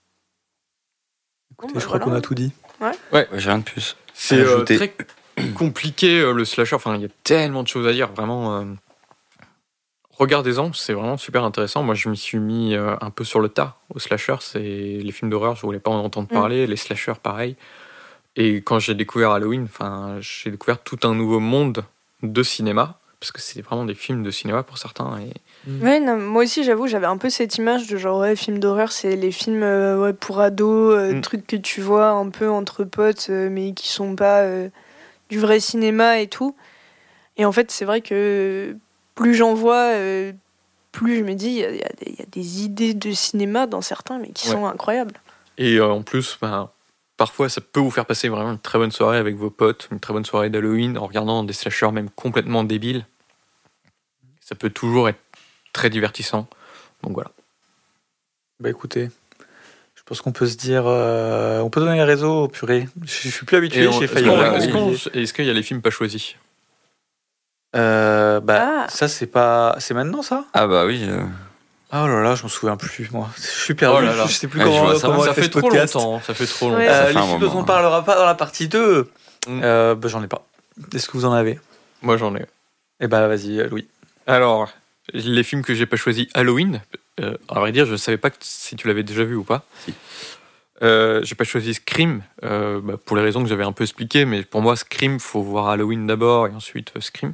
Écoutez, je crois qu'on a tout dit. Ouais, j'ai rien de plus. C'est très compliqué, le slasher. Il y a tellement de choses à dire, vraiment. Regardez-en, c'est vraiment super intéressant. Moi, je m'y suis mis un peu sur le tas au slasher. C'est les films d'horreur, je voulais pas en entendre parler. Les slashers, pareil. Et quand j'ai découvert Halloween, j'ai découvert tout un nouveau monde de cinéma, parce que c'est vraiment des films de cinéma pour certains. Ouais, non, moi aussi, j'avoue, j'avais un peu cette image de genre, films d'horreur, c'est les films pour ados, trucs que tu vois un peu entre potes, mais qui sont pas du vrai cinéma et tout. Et en fait, c'est vrai que plus j'en vois, plus je me dis, il y a des idées de cinéma dans certains, mais qui sont incroyables. Et en plus, parfois, ça peut vous faire passer vraiment une très bonne soirée avec vos potes, une très bonne soirée d'Halloween, en regardant des slashers même complètement débiles. Ça peut toujours être très divertissant. Donc voilà. Écoutez, je pense qu'on peut se dire... on peut donner les réseaux, purée. Je suis plus habitué, j'ai failli... Est-ce qu'il y a les films pas choisis ? Ça c'est pas... C'est maintenant ça ? Ah bah oui. Oh là là, je m'en souviens plus, moi. Je suis perdu, Oh là là. Je sais plus comment ça fait fait ce trop podcast. longtemps. Ça fait trop longtemps. Ouais. Les films dont on parlera pas dans la partie 2, j'en ai pas. Est-ce que vous en avez ? Moi, j'en ai. Eh bah vas-y, Louis. Alors, les films que j'ai pas choisis, Halloween, à vrai dire, je savais pas si tu l'avais déjà vu ou pas. Si. J'ai pas choisi Scream, pour les raisons que j'avais un peu expliquées, mais pour moi, Scream, faut voir Halloween d'abord et ensuite Scream.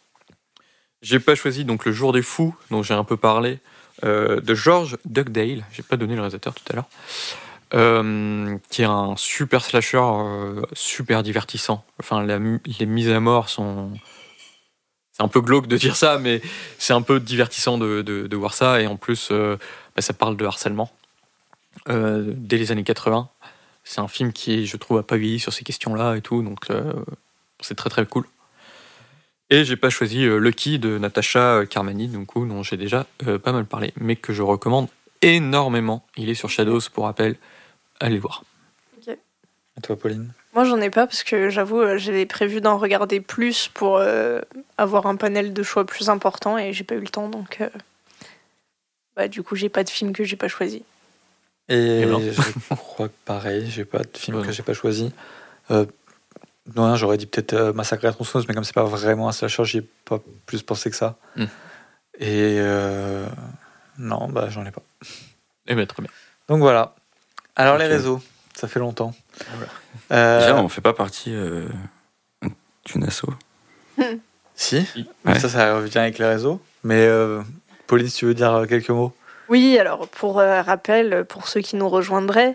J'ai pas choisi donc Le Jour des Fous, dont j'ai un peu parlé, de George Dugdale, j'ai pas donné le réalisateur tout à l'heure, qui est un super slasher, super divertissant. Les mises à mort sont... C'est un peu glauque de dire ça, mais c'est un peu divertissant de voir ça, et en plus, ça parle de harcèlement. Dès les années 80, c'est un film qui, je trouve, a pas vieilli sur ces questions-là et tout, donc c'est très très cool. Et j'ai pas choisi Lucky de Natasha Carmany, dont j'ai déjà pas mal parlé, mais que je recommande énormément. Il est sur Shadows, pour rappel, allez le voir. Ok. Et toi, Pauline ? Moi, j'en ai pas parce que j'avoue, j'avais prévu d'en regarder plus pour avoir un panel de choix plus important et j'ai pas eu le temps, donc du coup, j'ai pas de film que j'ai pas choisi. Et je crois que pareil, j'ai pas de film que j'ai pas choisi. Non, j'aurais dit peut-être Massacre à la tronçonneuse, mais comme c'est pas vraiment un slasher, j'y ai pas plus pensé que ça. Et non, j'en ai pas. Eh bien, très bien. Donc voilà. Alors Okay. les réseaux, ça fait longtemps. Voilà. Déjà, on fait pas partie d'une asso. Si, Ouais. ça revient avec les réseaux. Mais Pauline, si tu veux dire quelques mots. Oui, alors pour rappel, pour ceux qui nous rejoindraient,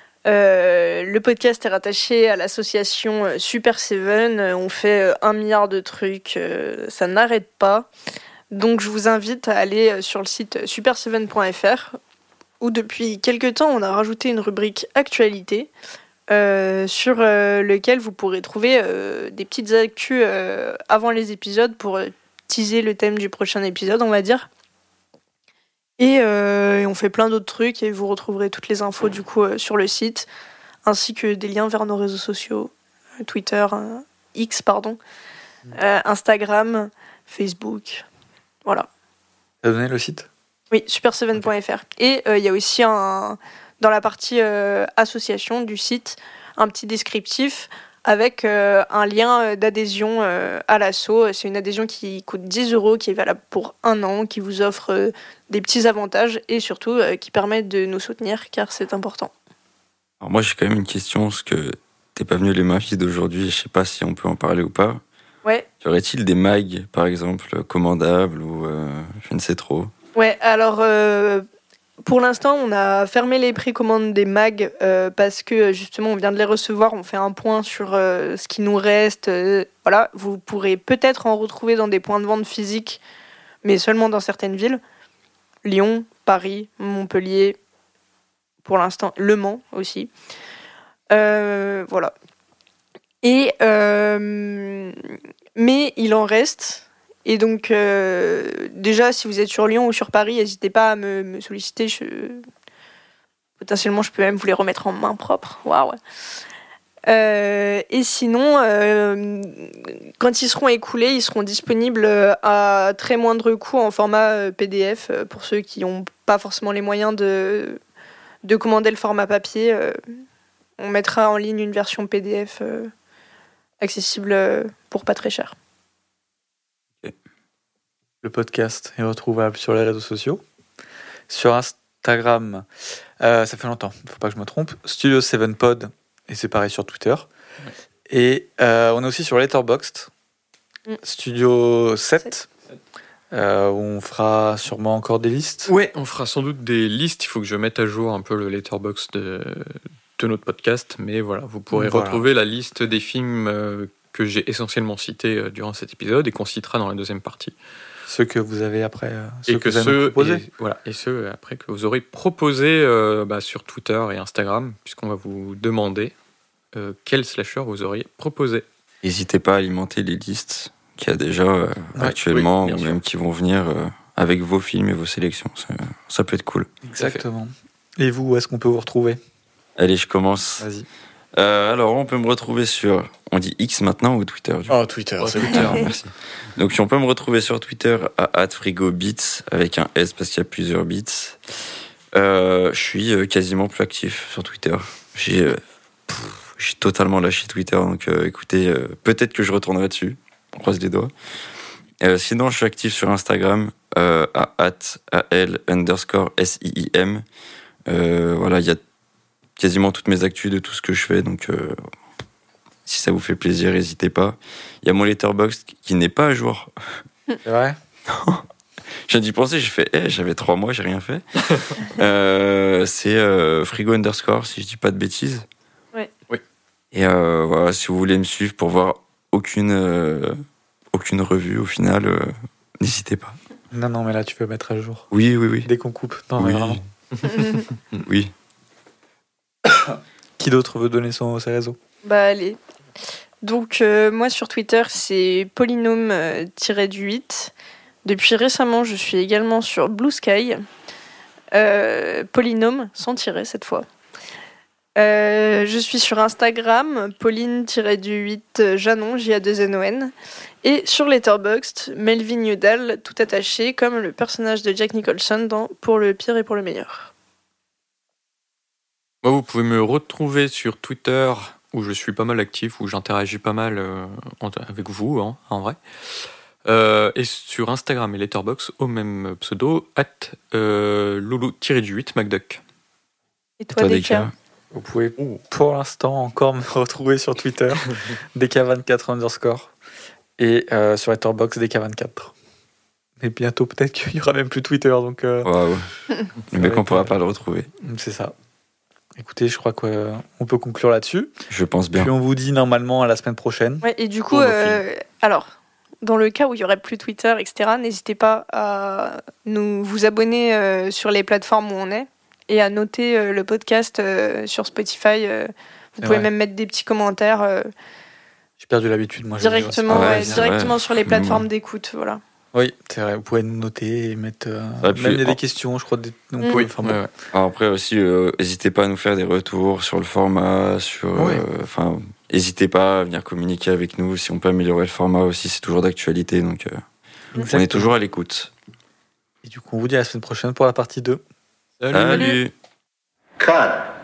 le podcast est rattaché à l'association Super Seven. On fait 1 milliard de trucs, ça n'arrête pas. Donc je vous invite à aller sur le site super7.fr où depuis quelques temps on a rajouté une rubrique actualité sur lequel vous pourrez trouver des petites actus avant les épisodes pour teaser le thème du prochain épisode, on va dire. Et on fait plein d'autres trucs et vous retrouverez toutes les infos du coup sur le site, ainsi que des liens vers nos réseaux sociaux, Twitter, X pardon, Instagram, Facebook, voilà. T'as donné le site ? Oui, super7.fr. Et il y a aussi dans la partie association du site un petit descriptif avec un lien d'adhésion à l'asso. C'est une adhésion qui coûte 10 €, qui est valable pour 1 an, qui vous offre des petits avantages et surtout qui permet de nous soutenir car c'est important. Alors moi j'ai quand même une question, parce que t'es pas venu les mafies d'aujourd'hui, je sais pas si on peut en parler ou pas. Ouais. Y aurait-il des mags par exemple commandables ou je ne sais trop? Ouais, alors pour l'instant, on a fermé les précommandes des mags parce que justement, on vient de les recevoir. On fait un point sur ce qui nous reste. Voilà, vous pourrez peut-être en retrouver dans des points de vente physiques, mais seulement dans certaines villes. Lyon, Paris, Montpellier, pour l'instant, Le Mans aussi. Voilà. Et mais il en reste. Et donc, déjà, si vous êtes sur Lyon ou sur Paris, n'hésitez pas à me solliciter. Potentiellement, je peux même vous les remettre en main propre. Waouh! Et sinon, quand ils seront écoulés, ils seront disponibles à très moindre coût en format PDF pour ceux qui n'ont pas forcément les moyens de commander le format papier. On mettra en ligne une version PDF accessible pour pas très cher. Le podcast est retrouvable sur les réseaux sociaux. Sur Instagram, ça fait longtemps, il ne faut pas que je me trompe, Studio 7 Pod, et c'est pareil sur Twitter. Ouais. Et on est aussi sur Letterboxd, Studio 7, où on fera sûrement encore des listes. Ouais, on fera sans doute des listes. Il faut que je mette à jour un peu le Letterboxd de notre podcast, mais voilà, vous pourrez retrouver la liste des films que j'ai essentiellement cités durant cet épisode et qu'on citera dans la deuxième partie. Ceux que vous avez après, et ceux après que vous aurez proposés sur Twitter et Instagram, puisqu'on va vous demander quel slasher vous auriez proposé. N'hésitez pas à alimenter les listes qu'il y a déjà actuellement, ou même qui vont venir avec vos films et vos sélections. Ça peut être cool. Exactement. Et vous, où est-ce qu'on peut vous retrouver ? Allez, je commence. Vas-y. Alors, on peut me retrouver sur... On dit X maintenant ou Twitter ? Twitter, c'est Twitter, merci. Donc, on peut me retrouver sur Twitter à @frigobits, avec un S parce qu'il y a plusieurs bits. Je suis quasiment plus actif sur Twitter. J'ai totalement lâché Twitter, donc écoutez, peut-être que je retournerai dessus. On croise les doigts. Sinon, je suis actif sur Instagram à @al_SIIM. Voilà, il y a quasiment toutes mes actus de tout ce que je fais, donc si ça vous fait plaisir, n'hésitez pas. Il y a mon Letterboxd qui n'est pas à jour. C'est vrai ? Non. J'ai d'y penser, j'ai fait, j'avais 3 mois, j'ai rien fait. C'est Frigo _ si je dis pas de bêtises. Ouais. Oui. Et voilà, si vous voulez me suivre pour voir aucune revue au final, n'hésitez pas. Non, mais là tu peux mettre à jour. Oui. Dès qu'on coupe. Non, oui. mais vraiment. Oui. Qui d'autre veut donner ses réseaux ? Bah allez. Donc moi sur Twitter c'est polynôme-8. Depuis récemment je suis également sur Blue Sky. Polynôme sans tirer cette fois. Je suis sur Instagram Pauline-8 Janon J-A-2-N-O-N. Et sur Letterboxd Melvin Udall tout attaché comme le personnage de Jack Nicholson dans Pour le pire et pour le meilleur. Moi, vous pouvez me retrouver sur Twitter, où je suis pas mal actif, où j'interagis pas mal avec vous, en vrai. Et sur Instagram et Letterboxd, au même pseudo, @loulou-8 McDuck. Et toi, Deka ? Vous pouvez pour l'instant encore me retrouver sur Twitter, Deka24_. Et sur Letterboxd, Deka24. Mais bientôt, peut-être qu'il n'y aura même plus Twitter. Donc, Waouh. Le mec, on ne pourra pas le retrouver. C'est ça. Écoutez, je crois qu'on peut conclure là-dessus. Je pense bien. Puis on vous dit normalement à la semaine prochaine. Ouais, et du coup, alors, dans le cas où il y aurait plus Twitter, etc., n'hésitez pas à vous abonner sur les plateformes où on est et à noter le podcast sur Spotify. Vous pouvez même mettre des petits commentaires. J'ai perdu l'habitude, moi. Directement sur les plateformes d'écoute, voilà. Oui, c'est vrai. Vous pouvez nous noter et mettre même il y a des questions, je crois. Alors après aussi, n'hésitez pas à nous faire des retours sur le format, n'hésitez pas à venir communiquer avec nous. Si on peut améliorer le format aussi, c'est toujours d'actualité, donc on est toujours à l'écoute. Et du coup, on vous dit à la semaine prochaine pour la partie 2. Salut. Cut.